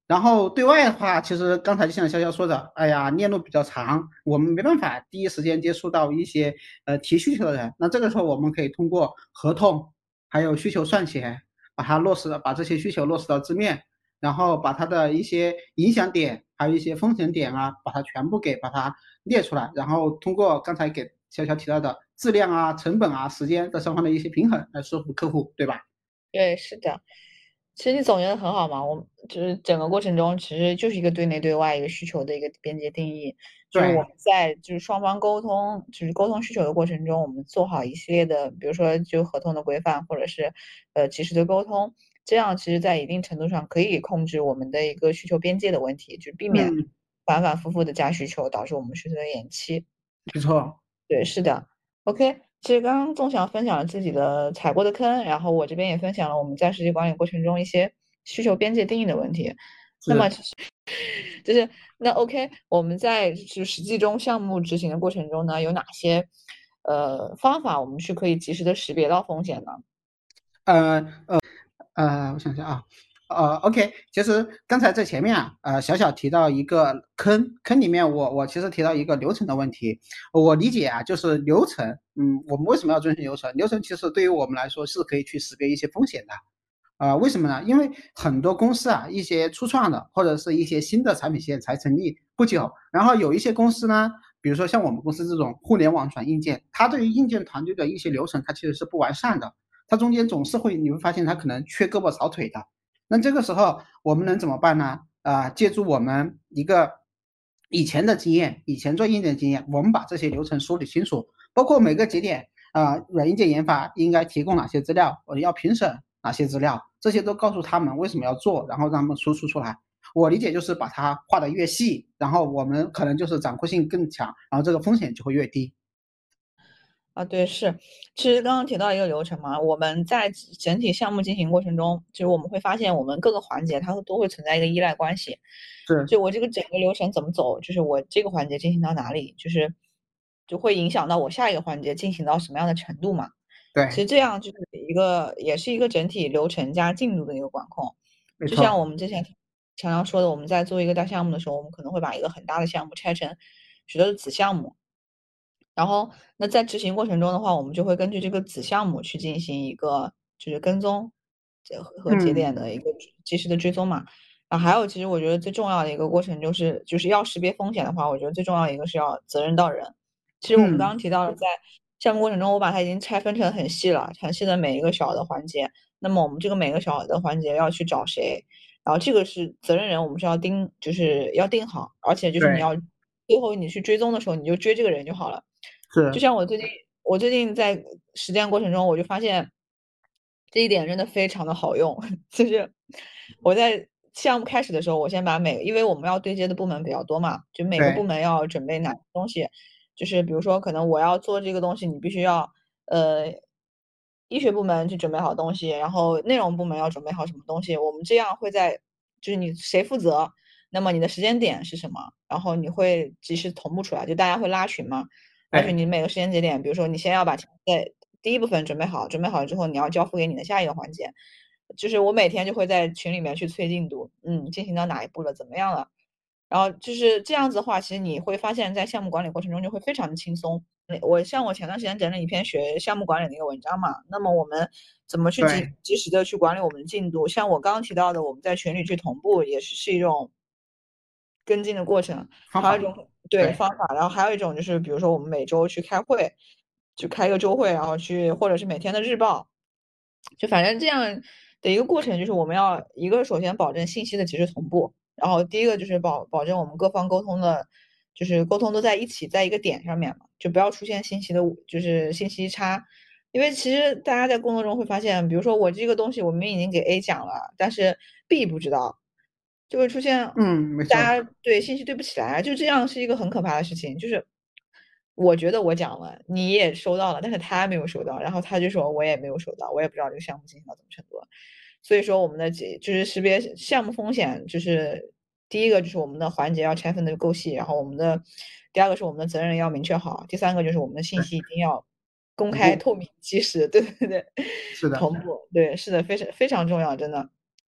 然后对外的话，其实刚才就像潇潇说的，哎呀，链路比较长，我们没办法第一时间接触到一些提需求的人。那这个时候我们可以通过合同，还有需求算写，把它落实，把这些需求落实到字面，然后把它的一些影响点，还有一些风险点啊，把它全部把它列出来，然后通过刚才给潇潇提到的质量啊、成本啊、时间这双方的一些平衡来说服客户，对吧？ 对，是的。其实你总结的很好嘛，我就是整个过程中其实就是一个对内对外一个需求的一个边界定义，就是我对， 们在就是双方沟通，就是沟通需求的过程中，我们做好一系列的，比如说就合同的规范，或者是及时的沟通，这样其实在一定程度上可以控制我们的一个需求边界的问题，就避免嗯， 反反复复的加需求，导致我们需求的延期。 没错， 对，是的。OK，其实刚刚钟晓分享了自己的踩过的坑，然后我这边也分享了我们在实际管理过程中一些需求边界定义的问题。那么是。 其实就是那 OK，我们在就实际中项目执行的过程中呢，有哪些方法我们是可以及时的识别到风险呢？ 呃我想想啊，OK，其实刚才在前面啊，小小提到一个坑，坑里面我其实提到一个流程的问题，我理解啊，就是流程，我们为什么要遵循流程？流程其实对于我们来说是可以去识别一些风险的，为什么呢？因为很多公司啊，一些初创的或者是一些新的产品线才成立不久，然后有一些公司呢，比如说像我们公司这种互联网转硬件，它对于硬件团队的一些流程，它其实是不完善的，它中间总是会你会发现它可能缺胳膊少腿的。那这个时候我们能怎么办呢？借助我们一个以前的经验，以前做硬件经验，我们把这些流程梳理清楚，包括每个节点软硬件研发应该提供哪些资料，我要评审哪些资料，这些都告诉他们为什么要做，然后让他们输出出来。我理解就是把它画得越细，然后我们可能就是掌控性更强，然后这个风险就会越低。 啊，对，是，其实刚刚提到一个流程嘛，我们在整体项目进行过程中，就是我们会发现我们各个环节它都会存在一个依赖关系， 是， 就我这个整个流程怎么走，就是我这个环节进行到哪里，就会影响到我下一个环节进行到什么样的程度嘛。其对， 实这样就是也是一个整体流程加进度的一个管控。就像没错， 我们之前常常说的，我们在做一个大项目的时候，我们可能会把一个很大的项目拆成许多的子项目。然后，那在执行过程中的话，我们就会根据这个子项目去进行一个就是跟踪和节点嗯的一个及时的追踪嘛。然后还有，其实我觉得最重要的一个过程就是要识别风险的话，我觉得最重要的一个是要责任到人。其实我们刚嗯， 刚提到了，在项目过程中，我把它已经拆分成很细了，很细的每一个小的环节。那么我们这个每个小的环节要去找谁，然后这个是责任人，我们是要就是要定好，而且就是你对， 要最后你去追踪的时候，你就追这个人就好了。就是， 像我最近在实践过程中，我就发现这一点真的非常的好用。就是我在项目开始的时候，我先把因为我们要对接的部门比较多嘛，就每个部对门要准备哪些东西，就是比如说可能我要做这个东西，你必须要医学部门去准备好东西，然后内容部门要准备好什么东西，我们这样会在就是你谁负责，那么你的时间点是什么，然后你会及时同步出来，就大家会拉群嘛。而且对你每个时间节点，比如说你先要把在第一部分准备好，准备好了之后，你要交付给你的下一个环节。就是我每天就会在群里面去催进度，进行到哪一步了，怎么样了？然后就是这样子的话，其实你会发现在项目管理过程中就会非常的轻松。我前段时间整理一篇学项目管理的一个文章嘛，那么我们怎么去对， 及时的去管理我们的进度？像我刚刚提到的，我们在群里去同步，也是一种跟进的过程。 方法， 还有一种对对方法，然后还有一种就是比如说我们每周去开会，就开一个周会，然后或者是每天的日报，就反正这样的一个过程，就是我们要一个首先保证信息的及时同步，然后第一个就是保证我们各方沟通的，就是沟通都在一起，在一个点上面嘛，就不要出现就是信息差。因为其实大家在工作中会发现，比如说我这个东西我明明已经给 A 讲了，但是 B 不知道，就会出现没错， 大家对信息对不起来，就这样是一个很可怕的事情。就是我觉得我讲了，你也收到了，但是他没有收到，然后他就说我也没有收到，我也不知道这个项目进行到什么程度了。所以说我们的就是识别项目风险，就是第一个就是我们的环节要拆分的够细，然后第二个是我们的责任要明确好，第三个就是我们的信对， 息一定要公开、 同步， 透明、及时，对对对， 是的。 同步，对，是的，非常非常重要，真的。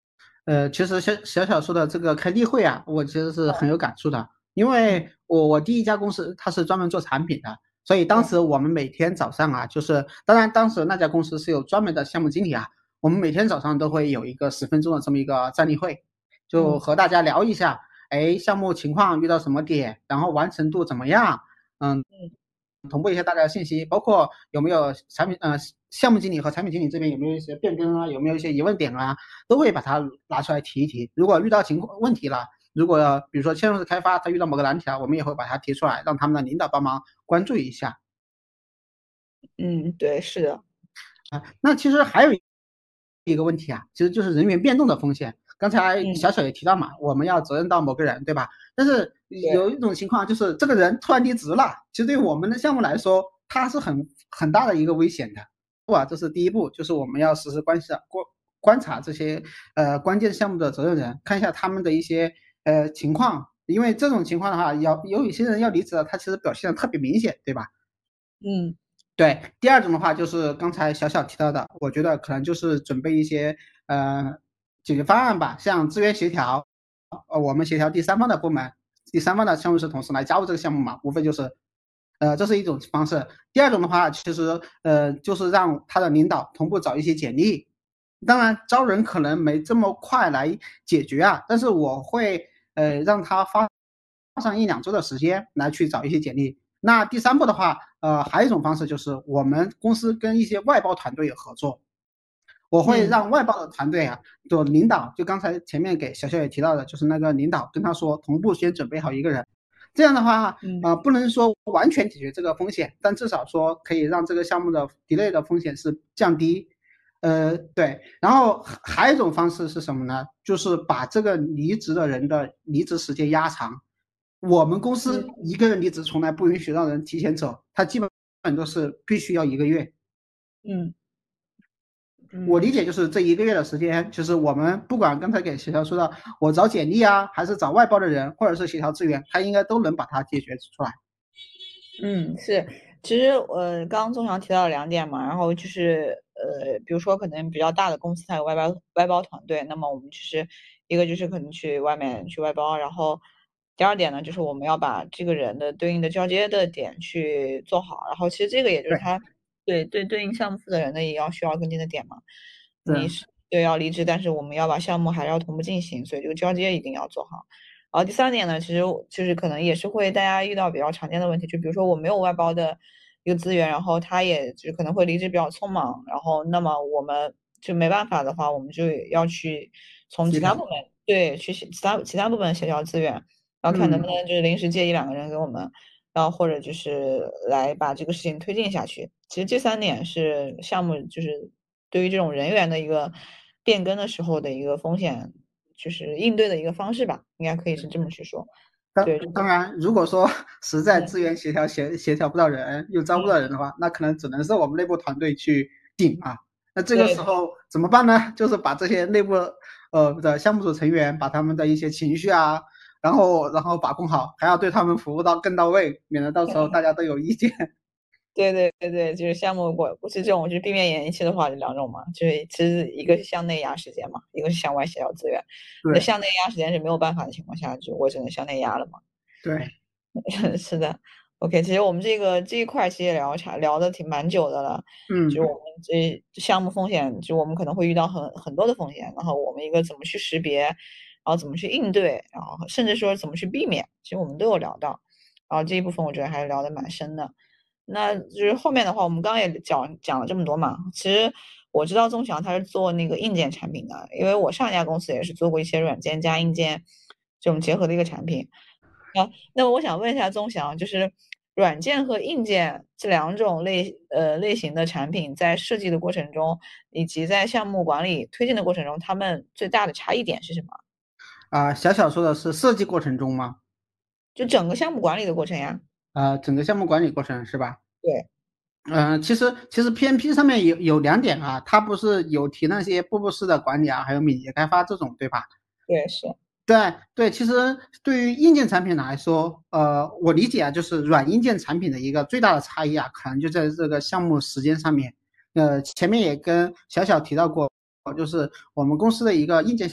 其实小说的这个开例会啊，我其实是很有感触的，因为我第一家公司它是专门做产品的，所以当对， 时我们每天早上啊，就是当然当时那家公司是有专门的项目经理啊，我们每天早上都会有一个10分钟的这么一个站例会，就嗯和大家聊一下，哎，项目情况遇到什么点，然后完成度怎么样， 嗯同步一下大家的信息，包括有没有项目经理和产品经理这边有没有一些变更啊，有没有一些疑问点啊，都会把它拿出来提一提。如果遇到问题了，如果比如说嵌入式开发他遇到某个难题了，我们也会把它提出来，让他们的领导帮忙关注一下。 嗯，对，是的， 那其实还有一个问题啊，其实就是人员变动的风险。刚才嗯小小也提到嘛，我们要责任到某个人，对吧？但是对， 有一种情况就是这个人突然离职了，其实对我们的项目来说，它是很大的一个危险的。这是第一步，就是我们要实时观察这些关键项目的责任人，看一下他们的一些情况，因为这种情况的话，有一些人要离职了，他其实表现的特别明显，对吧？ 嗯对，第二种的话就是刚才小小提到的，我觉得可能就是准备一些解决方案吧，像资源协调，我们协调第三方的部门，第三方的项目室同事来加入这个项目嘛，无非就是这是一种方式。第二种的话，其实就是让他的领导同步找一些简历，当然招人可能没这么快来解决啊，但是我会让他花上1-2周的时间来去找一些简历。那第三步的话，还有一种方式就是我们公司跟一些外包团队合作，我会嗯让外包的团队啊，就领导，就刚才前面给小小也提到的，就是那个领导跟他说，同步先准备好一个人，这样的话， 嗯不能说完全解决这个风险，但至少说可以让这个项目的 delay 的风险是降低。对，然后还有一种方式是什么呢？就是把这个离职的人的离职时间压长。我们公司嗯一个人离职从来不允许让人提前走，他基本都是必须要一个月。 嗯我理嗯， 解就是这一个月的时间，就是我们不管刚才给协调说的，我找简历啊，还是找外包的人，或者是协调资源，他应该都能把它解决出来。 嗯，是，其实刚刚钟祥提到了2点嘛，然后就是比如说可能比较大的公司它有外包团队，那么我们就是一个就是可能去外面去外包，然后第二点呢，就是我们要把这个人的对应的交接的点去做好，然后其实这个也就是对， 他对应项目负责人的也要需要跟进的点嘛，你是， 是对要离职，但是我们要把项目还是要同步进行，所以这个交接一定要做好。然后第三点呢，其实就是可能也是会大家遇到比较常见的问题，就比如说我没有外包的一个资源，然后他也就可能会离职比较匆忙，然后那么我们就没办法的话，我们就要去从协调。 其他部门对去其他部门协调资源，然后看能不嗯， 能就是临时借1-2个人给我们，然后或者就是来把这个事情推进下去。其实这3点是项目就是对于这种人员的一个变更的时候的一个风险，就是应对的一个方式吧，应该可以是这么去说。对， 当然，如果说实在嗯资源协调不到人，又招不到嗯， 人的话，那可能只能是我们内部团队去顶啊。那这个时对候怎么办呢？就是把这些内部的项目组成员，把他们的一些情绪啊，然后把控好，还要对他们服务到更到位，免得到时候大家都有意见。 对对对对，就是项目不是这种，就是避免延期的话，就2种嘛，就是其实一个是向内压时间嘛，一个是向外协调资源。你的对向内压时间是没有办法的情况下，就我只能向内压了嘛。 对， 是的，OK，其实我们这一块其实也聊的蛮久的了，就嗯， 是我们这项目风险，就我们可能会遇到很多的风险，然后我们一个怎么去识别，然后怎么去应对，然后甚至说怎么去避免，其实我们都有聊到，然后这一部分我觉得还是聊得蛮深的。那就是后面的话，我们刚刚也讲了这么多嘛，其实我知道宗祥他是做那个硬件产品的，因为我上一家公司也是做过一些软件加硬件这种结合的一个产品。那么我想问一下宗祥，就是软件和硬件这2种类型的产品，在设计的过程中，以及在项目管理推进的过程中，它们最大的差异点是什么？ 小小说的是设计过程中吗？ 就整个项目管理的过程呀？ 整个项目管理过程是吧？ 对其实 PMP 上面有2点啊，它不是有提那些步步式的管理啊，还有敏捷开发这种，对吧？ 对是， 对对，其实对于硬件产品来说，我理解啊，就是软硬件产品的一个最大的差异啊，可能就在这个项目时间上面。前面也跟小小提到过，就是我们公司的一个硬件项目，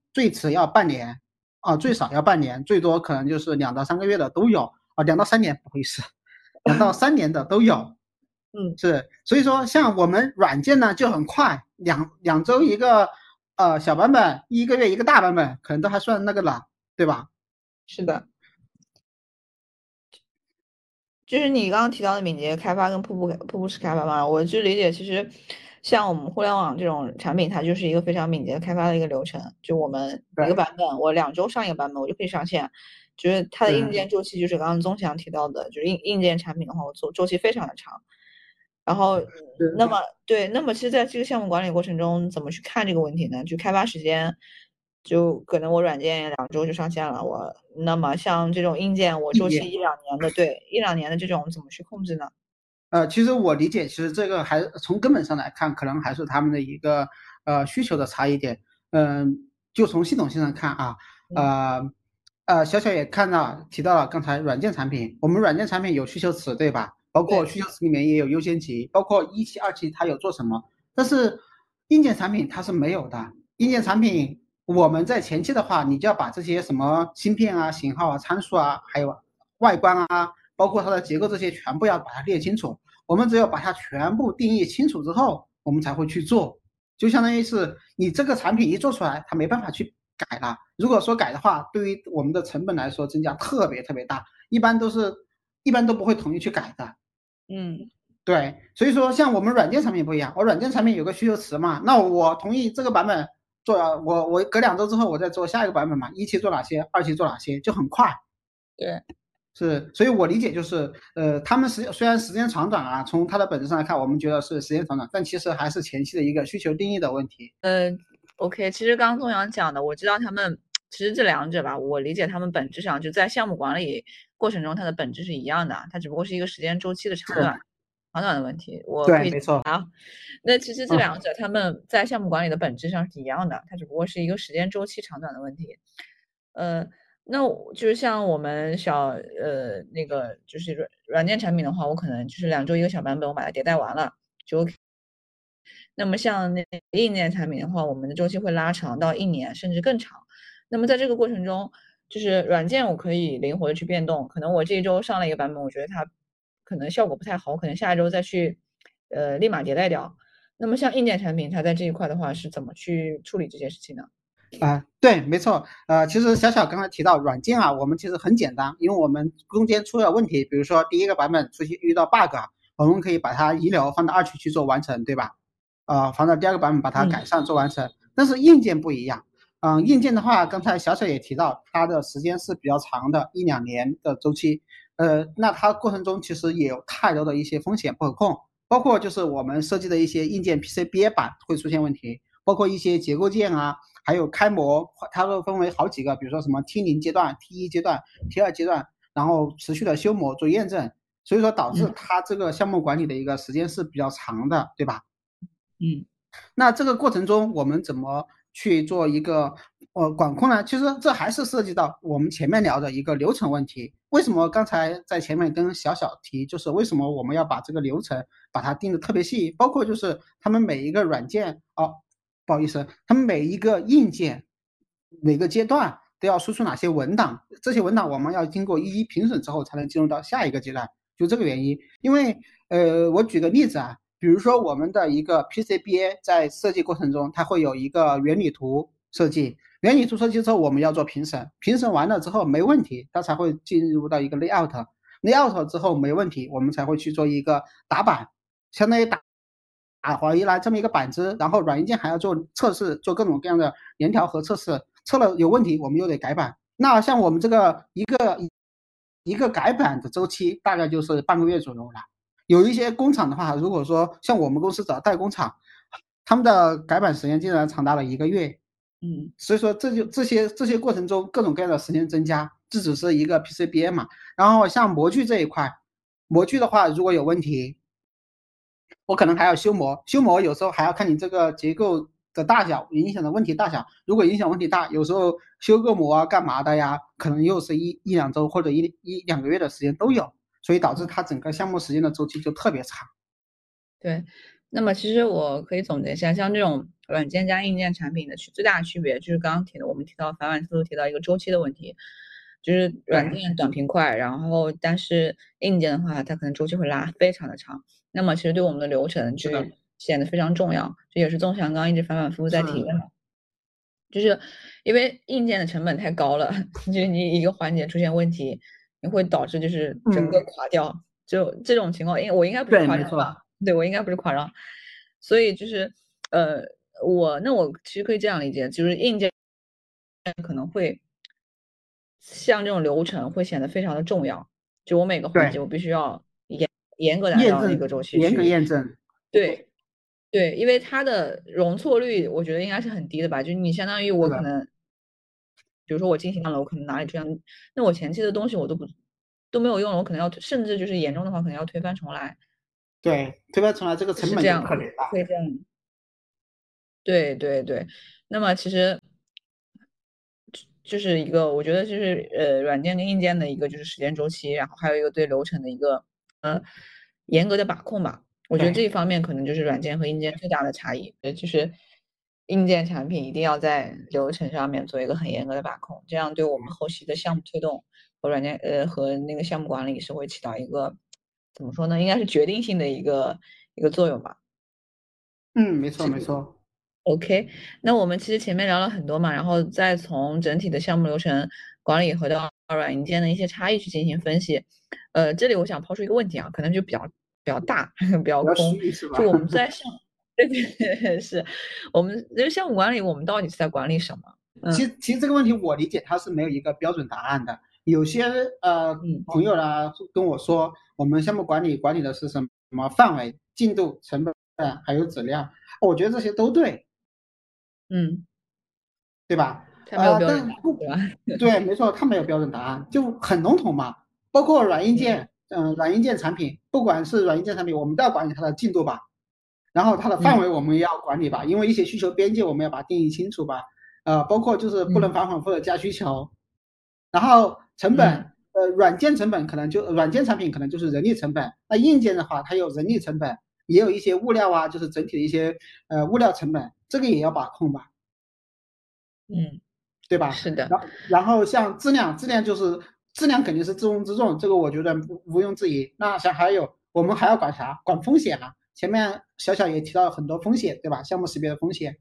最迟要半年啊，最少要半年，最多可能就是2到3个月的都有啊，2到3年，不好意思，2到3年的都有。 嗯， 是，所以说像我们软件呢就很快，两周一个小版本，1个月一个大版本，可能都还算那个了，对吧？ 是的。就是你刚刚提到的敏捷开发跟瀑布式开发嘛，我就理解，其实像我们互联网这种产品，它就是一个非常敏捷开发的一个流程。就我们一个对， 版本，我2周上一个版本，我就可以上线。就是它的硬是件周期，就是刚刚宗祥提到的，就是硬件产品的话，我做周期非常的长。然后，那是。 么对，那么其实在这个项目管理过程中，怎么去看这个问题呢？就开发时间，就可能我软件2周就上线了，那么像这种硬件，我周期一两年的，对，一两年的这种怎么去控制呢？ 其实我理解，其实这个还从根本上来看，可能还是他们的一个需求的差异点。就从系统性上看啊， 嗯， 呃小小也提到了刚才软件产品，我们软件产品有需求词，对吧？包括对， 需求词里面也有优先级，包括1期、2期它有做什么，但是硬件产品它是没有的。硬件产品我们在前期的话，你就要把这些什么芯片啊、型号啊、参数啊，还有外观啊，包括它的结构这些全部要把它列清楚。我们只有把它全部定义清楚之后，我们才会去做。就相当于是你这个产品一做出来，它没办法去改了。如果说改的话，对于我们的成本来说增加特别特别大，一般都不会同意去改的。 嗯， 对，所以说像我们软件产品不一样，我软件产品有个需求词嘛，那我同意这个版本做，我隔2周之后我再做下一个版本嘛，1期做哪些，2期做哪些，就很快。 对。 是，所以我理解就是，他们虽然时间长短啊，从它的本质上来看，我们觉得是时间长短，但其实还是前期的一个需求定义的问题。 OK，其实刚刚宗阳讲的，我知道他们其实这两者吧，我理解他们本质上就在项目管理过程中，它的本质是一样的，它只不过是一个时间周期的是， 长短的问题。我可对， 以没错， 啊，那其实这嗯， 两者他们在项目管理的本质上是一样的，它只不过是一个时间周期长短的问题。呃，那就是像我们那个就是软件产品的话，我可能就是2周一个小版本，我把它迭代完了就 OK。那么像那硬件产品的话，我们的周期会拉长到1年甚至更长。那么在这个过程中，就是软件我可以灵活的去变动，可能我这一周上了一个版本，我觉得它可能效果不太好，我可能下一周再去立马迭代掉。那么像硬件产品，它在这一块的话是怎么去处理这件事情呢？ 对，没错，其实小小刚才提到软件啊，我们其实很简单，因为我们中间出了问题，比如说第一个版本遇到 bug，我们可以把它遗留放到2区去做完成，对吧？放到第二个版本把它嗯， 改善做完成。但是硬件不一样，硬件的话，刚才小小也提到，它的时间是比较长的，1、2年的周期。那它过程中其实也有太多的一些风险不可控，包括就是我们设计的一些硬件 PCBA 板会出现问题，包括一些结构件啊，还有开模，它会分为好几个，比如说什么 T0阶段、T1阶段、T2阶段，然后持续的修模做验证，所以说导致嗯， 它这个项目管理的一个时间是比较长的，对吧？ 嗯， 那这个过程中，我们怎么去做一个管控呢？其实这还是涉及到我们前面聊的一个流程问题。为什么刚才在前面跟小小提，就是为什么我们要把这个流程把它定的特别细，包括就是他们每一个软件不好意思，他们每一个硬件每个阶段都要输出哪些文档，这些文档我们要经过一一评审之后才能进入到下一个阶段，就这个原因。因为我举个例子啊，比如说我们的一个 PCBA 在设计过程中，它会有一个原理图设计，原理图设计之后我们要做评审，评审完了之后没问题，它才会进入到一个 layout 之后没问题，我们才会去做一个打板，相当于打回来这么一个板子，然后软硬件还要做测试，做各种各样的联调和测试，测了有问题我们又得改版。那像我们这个一个改版的周期大概就是半个月左右了。有一些工厂的话，如果说像我们公司找代工厂，他们的改版时间竟然长达了1个月。 嗯， 所以说这些过程中各种各样的时间增加，这只是一个 PCBA 嘛。然后像模具这一块，模具的话如果有问题，我可能还要修模，修模有时候还要看你这个结构的大小，影响的问题大小。如果影响问题大，有时候修个模啊，干嘛的呀？可能又是一两周或者一两个月的时间都有，所以导致它整个项目时间的周期就特别长。 对。 那么其实我可以总结一下，像这种软件加硬件产品的最大的区别，就是刚刚我们提到反反复复提到一个周期的问题，就是软对， 件短平快，然后但是硬件的话，它可能周期会拉非常的长。那么其实对我们的流程就是的， 显得非常重要，这也是钟翔刚刚一直反反复复在提是， 的，就是因为硬件的成本太高了，就是你一个环节出现问题，你会导致就是整个嗯， 垮掉。就这种情况，因为我应该不是对， 夸张吧？ 没错， 对，我应该不是夸张，所以就是呃，我其实可以这样理解，就是硬件可能会像这种流程会显得非常的重要，就我每个环节对， 我必须要严格的按照那个验证， 周期严格去。 验证， 对对，因为它的容错率我觉得应该是很低的吧，就你相当于是的， 我可能，比如说我进行了，我可能哪里出现，那我前期的东西我都没有用了，我可能要甚至就是严重的话可能要推翻重来， 对，推翻出来这个成本就是这样， 特别大， 会这样。对对对，那么其实就是一个，我觉得就是软件跟硬件的一个就是时间周期，然后还有一个对流程的一个严格的把控吧。我觉得这一对， 方面可能就是软件和硬件最大的差异，就是硬件产品一定要在流程上面做一个很严格的把控，这样对我们后期的项目推动和和那个项目管理是会起到一个怎么说呢，应该是决定性的一个作用吧。 嗯，没错，没错， OK，那我们其实前面聊了很多嘛，然后再从整体的项目流程管理和到软硬件的一些差异去进行分析。这里我想抛出一个问题啊，可能就比较大，比较比较空。 虚是吧？ 就我们在对对对，是我们就是项目管理，我们到底是在管理什么？嗯其实这个问题我理解它是没有一个标准答案的。有些嗯朋友呢跟我说，我们项目管理的是什么范围、进度、成本还有质量，我觉得这些都对， 嗯， 对吧？ 它没有标准答案， 但不对吧？ 对，没错，它没有标准答案，就很笼统嘛。包括软硬嗯件，软硬件产品，不管是软硬件产品，我们都要管理它的进度吧。然后它的范嗯围我们也要管理吧，因为一些需求边界我们要把它定义清楚吧。包括就是不能嗯反反复复的加需求，然后成嗯本，软件成本可能就软件产品可能就是人力成本，那硬件的话它有人力成本，也有一些物料啊，就是整体的一些物料成本，这个也要把控吧， 嗯， 对吧？ 是的。 然后像质量就是质量肯定是至重之重，这个我觉得毋庸置疑。那像还有我们还要管啥？管风险啊。前面小小也提到了很多风险，对吧？项目识别的风险。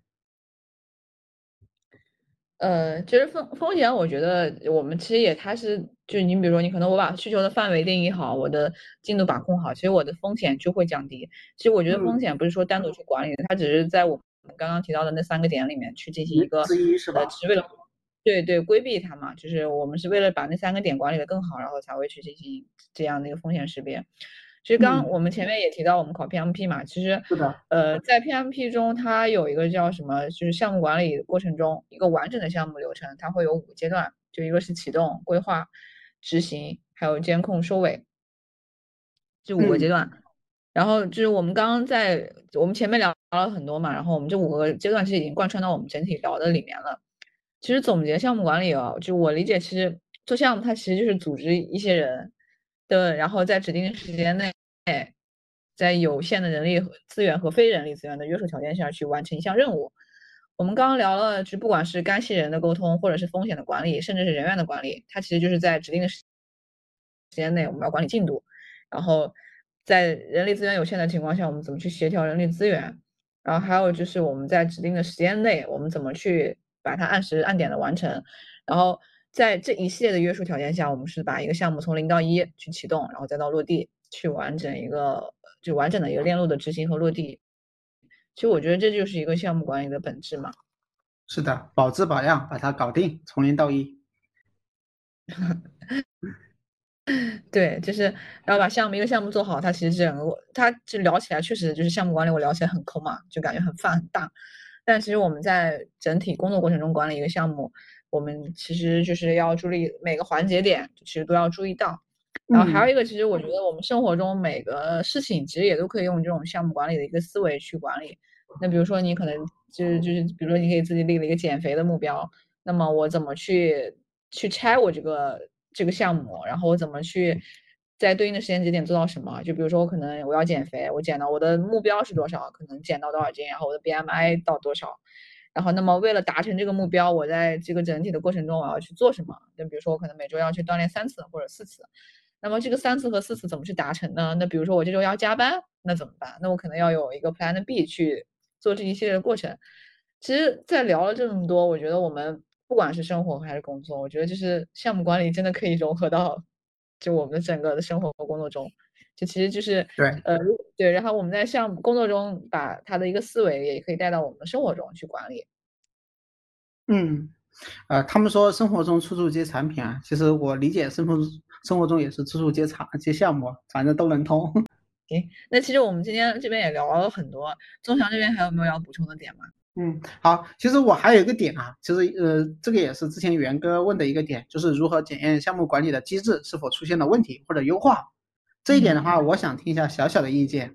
其实风险，我觉得我们其实也它是，就你比如说，你可能我把需求的范围定义好，我的进度把控好，其实我的风险就会降低。其实我觉得风嗯， 险不是说单独去管理的，它只是在我们刚刚提到的那3个点里面去进行一个， 之一是吧？ 只是为了对对规避它嘛，就是我们是为了把那3个点管理的更好，然后才会去进行这样的一个风险识别。其实刚嗯， 我们前面也提到我们考 PMP 嘛，其实是的， 在 PMP 中，它有一个叫什么，就是项目管理过程中一个完整的项目流程，它会有5个阶段，就一个是启动、规划、执行，还有监控、收尾，这五个阶嗯段。然后就是我们刚刚我们前面聊了很多嘛，然后我们这5个阶段其实已经贯穿到我们整体聊的里面了。其实总结项目管理啊，就我理解，其实做项目它其实就是组织一些人的，然后在指定的时间内，在有限的人力资源和非人力资源的约束条件下去完成一项任务。我们刚刚聊了，就不管是干系人的沟通，或者是风险的管理，甚至是人员的管理，它其实就是在指定的时间内，我们要管理进度，然后在人力资源有限的情况下，我们怎么去协调人力资源，然后还有就是我们在指定的时间内，我们怎么去把它按时按点的完成，然后在这一系列的约束条件下，我们是把一个项目从0到1去启动，然后再到落地，去完整的一个链路的执行和落地。其实我觉得这就是一个项目管理的本质嘛。 是的，保质保量把它搞定，从0到1。 对，就是然后把一个项目做好，它其实它就聊起来确实就是项目管理，我聊起来很空嘛，就感觉很泛很大。但其实我们在整体工作过程中管理一个项目，我们其实就是要注意每个环节点，其实都要注意到。然后还有嗯一个，其实我觉得我们生活中每个事情其实也都可以用这种项目管理的一个思维去管理。那比如说你可能比如说你可以自己立了一个减肥的目标，那么我怎么去拆我这个项目，然后我怎么去在对应的时间节点做到什么。就比如说，我可能我要减肥，我减到我的目标是多少，可能减到多少斤，然后我的 BMI 到多少，然后那么为了达成这个目标，我在这个整体的过程中我要去做什么？就比如说，我可能每周要去锻炼3次或者4次。那么这个3次和4次怎么去达成呢？那比如说我这周要加班，那怎么办？那我可能要有一个 Plan B 去做这一系列的过程。其实，在聊了这么多，我觉得我们不管是生活还是工作，我觉得就是项目管理真的可以融合到就我们的整个的生活和工作中。就其实就是对， 对，然后我们在工作中把他的一个思维也可以带到我们的生活中去管理。 嗯。他们说生活中处处皆产品啊，其实我理解生活中也是处处皆项目，反正都能通。 行，那其实我们今天这边也聊了很多，钟祥这边还有没有要补充的点吗？ 嗯，好，其实我还有一个点啊，其实这个也是之前元哥问的一个点，就是如何检验项目管理的机制是否出现了问题或者优化。这一点的嗯， 话，我想听一下小小的意见。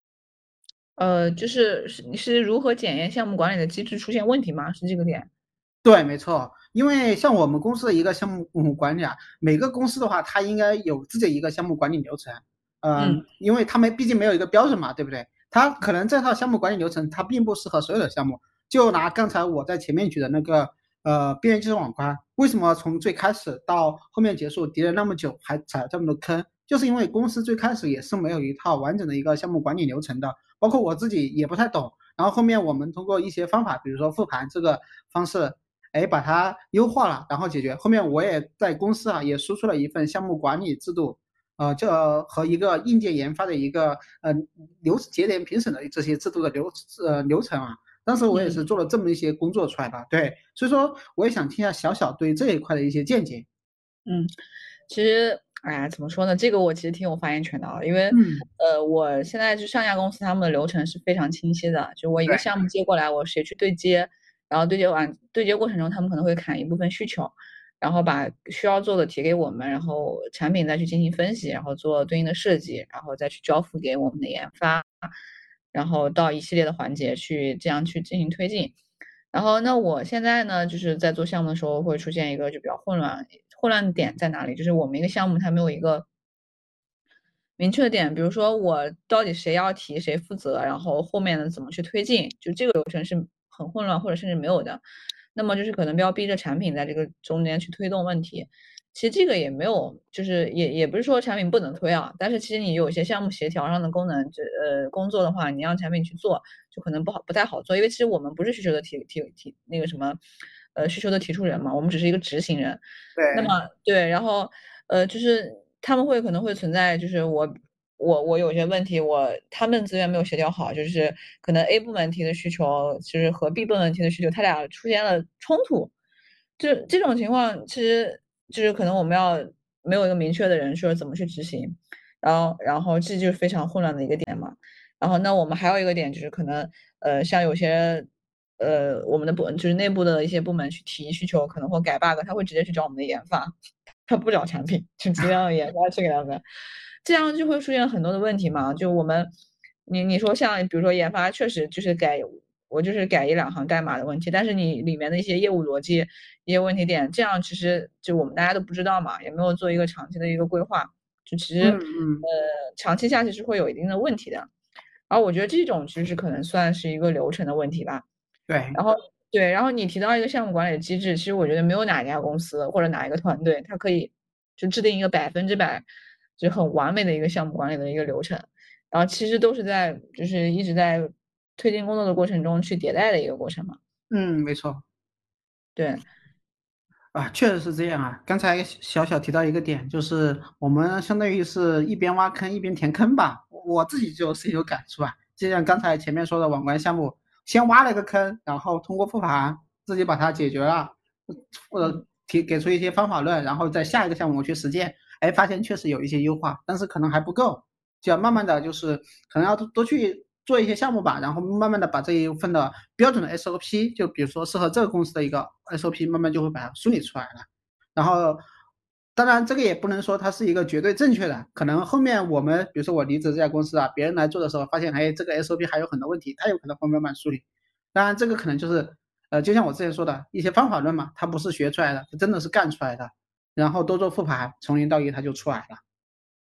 就是你是如何检验项目管理的机制出现问题吗？是这个点？ 对，没错，因为像我们公司的一个项目管理啊，每个公司的话，它应该有自己的一个项目管理流程。 嗯因为他们毕竟没有一个标准嘛，对不对？它可能这套项目管理流程它并不适合所有的项目。就拿刚才我在前面举的那个边缘技术网关，为什么从最开始到后面结束跌了那么久，还踩了这么多坑？就是因为公司最开始也是没有一套完整的一个项目管理流程的，包括我自己也不太懂。然后后面我们通过一些方法，比如说复盘这个方式，把它优化了，然后解决。后面我也在公司啊，也输出了一份项目管理制度，这和一个硬件研发的一个节点评审的这些制度的流程啊。当时我也是嗯做了这么一些工作出来的，对，所以说我也想听一下小小对这一块的一些见解。 嗯，其实，哎呀，怎么说呢？这个我其实挺有发言权的啊，因为， 嗯， 我现在就上一家公司，他们的流程是非常清晰的。就我一个对， 项目接过来，我谁去对接，然后对接过程中，他们可能会砍一部分需求，然后把需要做的提给我们，然后产品再去进行分析，然后做对应的设计，然后再去交付给我们的研发，然后到一系列的环节去这样去进行推进。然后那我现在呢，就是在做项目的时候会出现一个就比较混乱，混乱点在哪里？就是我们一个项目它没有一个明确的点，比如说我到底谁要提，谁负责，然后后面的怎么去推进，就这个流程是很混乱或者甚至没有的。那么就是可能要逼着产品在这个中间去推动问题。其实这个也没有，就是也不是说产品不能推啊，但是其实你有一些项目协调上的功能，工作的话，你让产品去做，就可能不太好做，因为其实我们不是需求的那个什么，需求的提出人嘛，我们只是一个执行人。那对， 么对，然后就是他们可能会存在，就是我有些问题，他们资源没有协调好，就是可能 A 部门提的需求，就是和 B 部门提的需求，他俩出现了冲突。这种情况，其实就是可能我们要没有一个明确的人说怎么去执行，然后这就是非常混乱的一个点嘛。然后那我们还有一个点就是可能像有些我们的就是内部的一些部门去提需求，可能会改 bug，他会直接去找我们的研发，他不找产品，就直接让研发去给他们，这样就会出现很多的问题嘛。就我们，你说像比如说研发确实就是我就是改一两行代码的问题，但是你里面的一些业务逻辑、一些问题点，这样其实就我们大家都不知道嘛，也没有做一个长期的一个规划，就其实嗯嗯， 长期下去是会有一定的问题的。而我觉得这种其实可能算是一个流程的问题吧。 对， 然后对，然后你提到一个项目管理的机制，其实我觉得没有哪一家公司或者哪一个团队，它可以就制定一个100%就很完美的一个项目管理的一个流程，然后其实都是就是一直在推进工作的过程中去迭代的一个过程嘛。 嗯，没错。 对， 啊，确实是这样啊。刚才小小提到一个点，就是我们相当于是一边挖坑一边填坑吧。我自己就深有感触啊。就像刚才前面说的网关项目，先挖了个坑，然后通过复盘自己把它解决了，或者嗯给出一些方法论，然后在下一个项目去实践，发现确实有一些优化，但是可能还不够，就要慢慢的就是可能要多去做一些项目吧，然后慢慢的把这一份的标准的 SOP，就比如说适合这个公司的一个 SOP，慢慢就会把它梳理出来了。然后，当然这个也不能说它是一个绝对正确的，可能后面我们比如说我离职这家公司啊，别人来做的时候发现，这个 SOP 还有很多问题，他有可能会慢慢梳理。当然这个可能就是就像我之前说的一些方法论嘛，它不是学出来的，它真的是干出来的。然后多做复盘，从零到一它就出来了。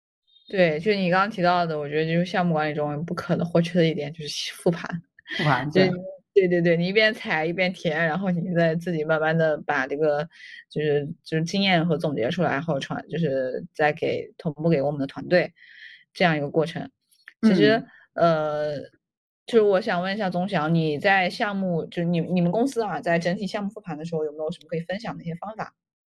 对，就是你刚刚提到的，我觉得就是项目管理中不可或缺的一点就是复盘， 复盘， 就是对， 对对对，你一边踩一边填，然后你再自己慢慢的把这个就是经验和总结出来，然后就是再同步给我们的团队这样一个过程。其嗯。 实就是我想问一下钟晓，你在项目就是你们公司啊，在整体项目复盘的时候，有没有什么可以分享的一些方法？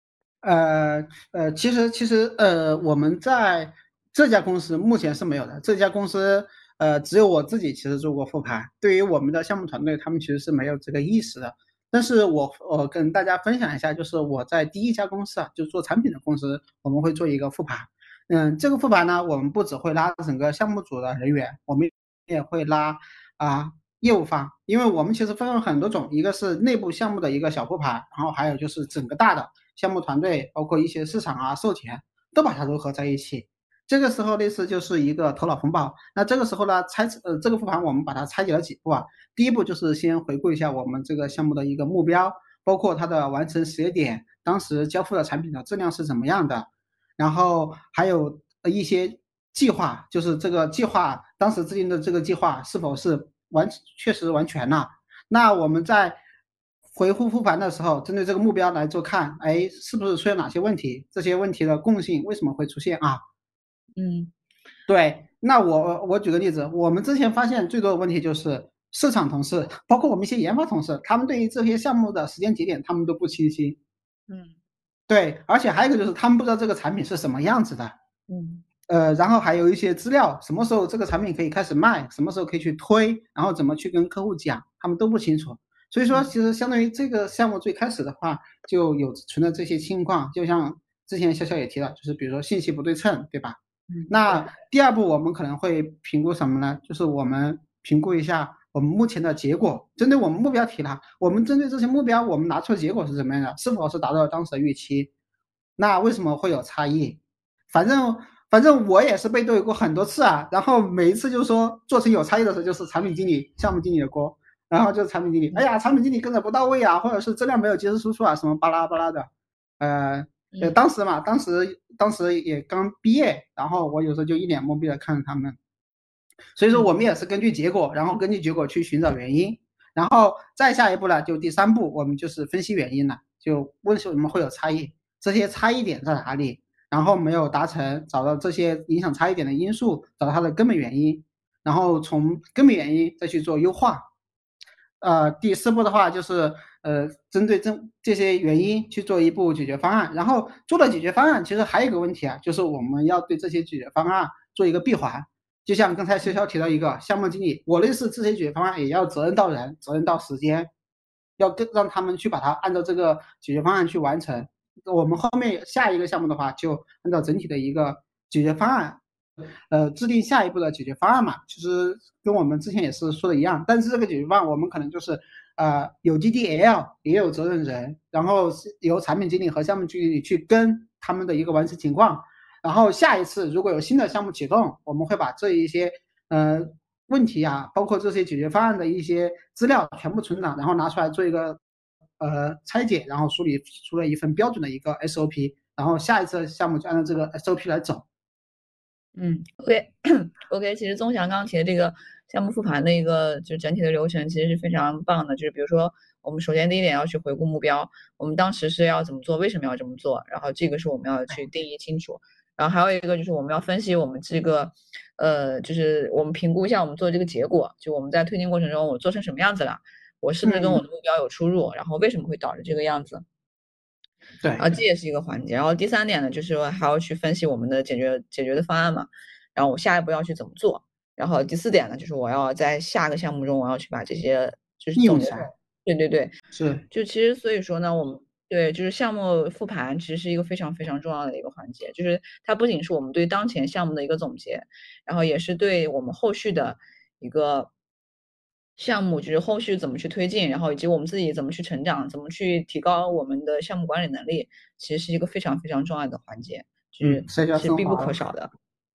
其实我们在这家公司目前是没有的。这家公司只有我自己其实做过复盘，对于我们的项目团队，他们其实是没有这个意识的。但是我跟大家分享一下，就是我在第一家公司啊，就做产品的公司，我们会做一个复盘。这个复盘呢，我们不只会拉整个项目组的人员，我们也会拉业务方，因为我们其实分了很多种，一个是内部项目的一个小复盘，然后还有就是整个大的。项目团队，包括一些市场啊、售前，都把它糅合在一起。这个时候类似就是一个头脑风暴。那这个时候呢，这个复盘我们把它拆解了几步啊。第一步就是先回顾一下我们这个项目的一个目标，包括它的完成时间点，当时交付的产品的质量是怎么样的，然后还有一些计划，就是这个计划当时制定的这个计划是否是确实完全了。那我们在回复复盘的时候，针对这个目标来做看，哎，是不是出现哪些问题？这些问题的共性为什么会出现啊？ 嗯对，那我举个例子，我们之前发现最多的问题就是市场同事，包括我们一些研发同事，他们对于这些项目的时间节点，他们都不清晰。 嗯对，而且还有一个就是他们不知道这个产品是什么样子的。 嗯然后还有一些资料，什么时候这个产品可以开始卖，什么时候可以去推，然后怎么去跟客户讲，他们都不清楚。所以说， 嗯其实相当于这个项目最开始的话，就存在这些情况，就像之前潇潇也提到，就是比如说信息不对称，对吧？ 嗯，对， 那第二步我们可能会评估什么呢？就是我们评估一下我们目前的结果，针对我们目标题了，我们针对这些目标，我们拿出的结果是怎么样的？是否是达到了当时的预期？那为什么会有差异？反正反正我也是被对过很多次啊，然后每一次就说做成有差异的时候，就是产品经理、项目经理的锅，然后就是产品经理，哎嗯呀，产品经理跟着不到位啊，或者是质量没有及时输出啊，什么巴拉巴拉的，呃嗯当时也刚毕业，然后我有时候就一脸懵逼的看着他们，所以说我嗯们也是根据结果，然后根据结果去寻找原因，然后再下一步呢，就第三步，我们就是分析原因了，就问为什么会有差异，这些差异点在哪里，然后没有达成，找到这些影响差异点的因素，找到它的根本原因，然后从根本原因再去做优化。第四步的话就是针对这些原因去做一步解决方案，然后做了解决方案，其实还有一个问题啊，就是我们要对这些解决方案做一个闭环。就像刚才潇潇提到一个项目经理，我类似这些解决方案也要责任到人，责任到时间，要让他们去把它按照这个解决方案去完成。我们后面下一个项目的话，就按照整体的一个解决方案制定下一步的解决方案嘛，其实跟我们之前也是说的一样，但是这个解决方案我们可能就是有 DDL 也有责任人，然后由产品经理和项目经理去跟他们的一个完成情况，然后下一次如果有新的项目启动，我们会把这一些问题啊，包括这些解决方案的一些资料全部存档，然后拿出来做一个拆解，然后梳理出了一份标准的一个 SOP，然后下一次项目就按照这个 SOP 来走。 嗯，OK OK，其实宗祥刚刚提的这个项目复盘的一个就整体的流程，其实是非常棒的。就是比如说，我们首先第一点要去回顾目标，我们当时是要怎么做，为什么要这么做，然后这个是我们要去定义清楚。然后还有一个就是我们要分析我们这个，就是我们评估一下我们做的这个结果，就我们在推进过程中我做成什么样子了，我是不是跟我嗯， 的目标有出入，然后为什么会导致这个样子。 对， 然后这也是一个环节。然后第三点呢，就是还要去分析我们的解决的方案嘛，然后我下一步要去怎么做。然后第四点呢，就是我要在下个项目中，我要去把这些就是总结出来。 应用起来对对对， 是， 就其实所以说呢，我们对就是项目复盘其实是一个非常非常重要的一个环节，就是它不仅是我们对当前项目的一个总结，然后也是对我们后续的一个项目，就是后续怎么去推进，然后以及我们自己怎么去成长，怎么去提高我们的项目管理能力，其实是一个非常非常重要的环节，就嗯， 是社交是必不升华了， 可少的。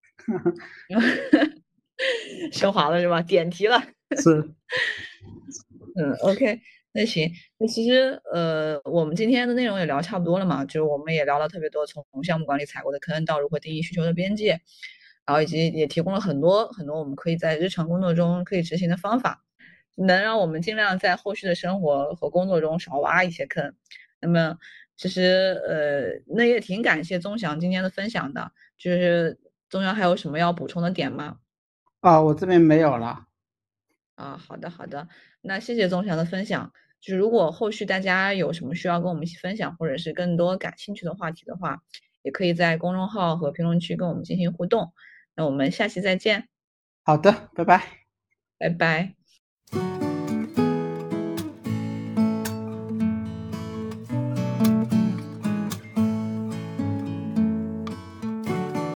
升华了是吧？点题了。 是， 嗯，OK，那行，那其实我们今天的内容也聊差不多了嘛，就是我们也聊了特别多，从项目管理踩过的坑到如何定义需求的边界， 然后以及也提供了很多很多我们可以在日常工作中可以执行的方法，能让我们尽量在后续的生活和工作中少挖一些坑。那么其实那也挺感谢钟祥今天的分享的，就是钟祥还有什么要补充的点吗？ 啊，我这边没有了。 啊，好的好的，那谢谢钟祥的分享。就是如果后续大家有什么需要跟我们一起分享，或者是更多感兴趣的话题的话，也可以在公众号和评论区跟我们进行互动。那我们下期再见， 好的，拜拜。 拜拜。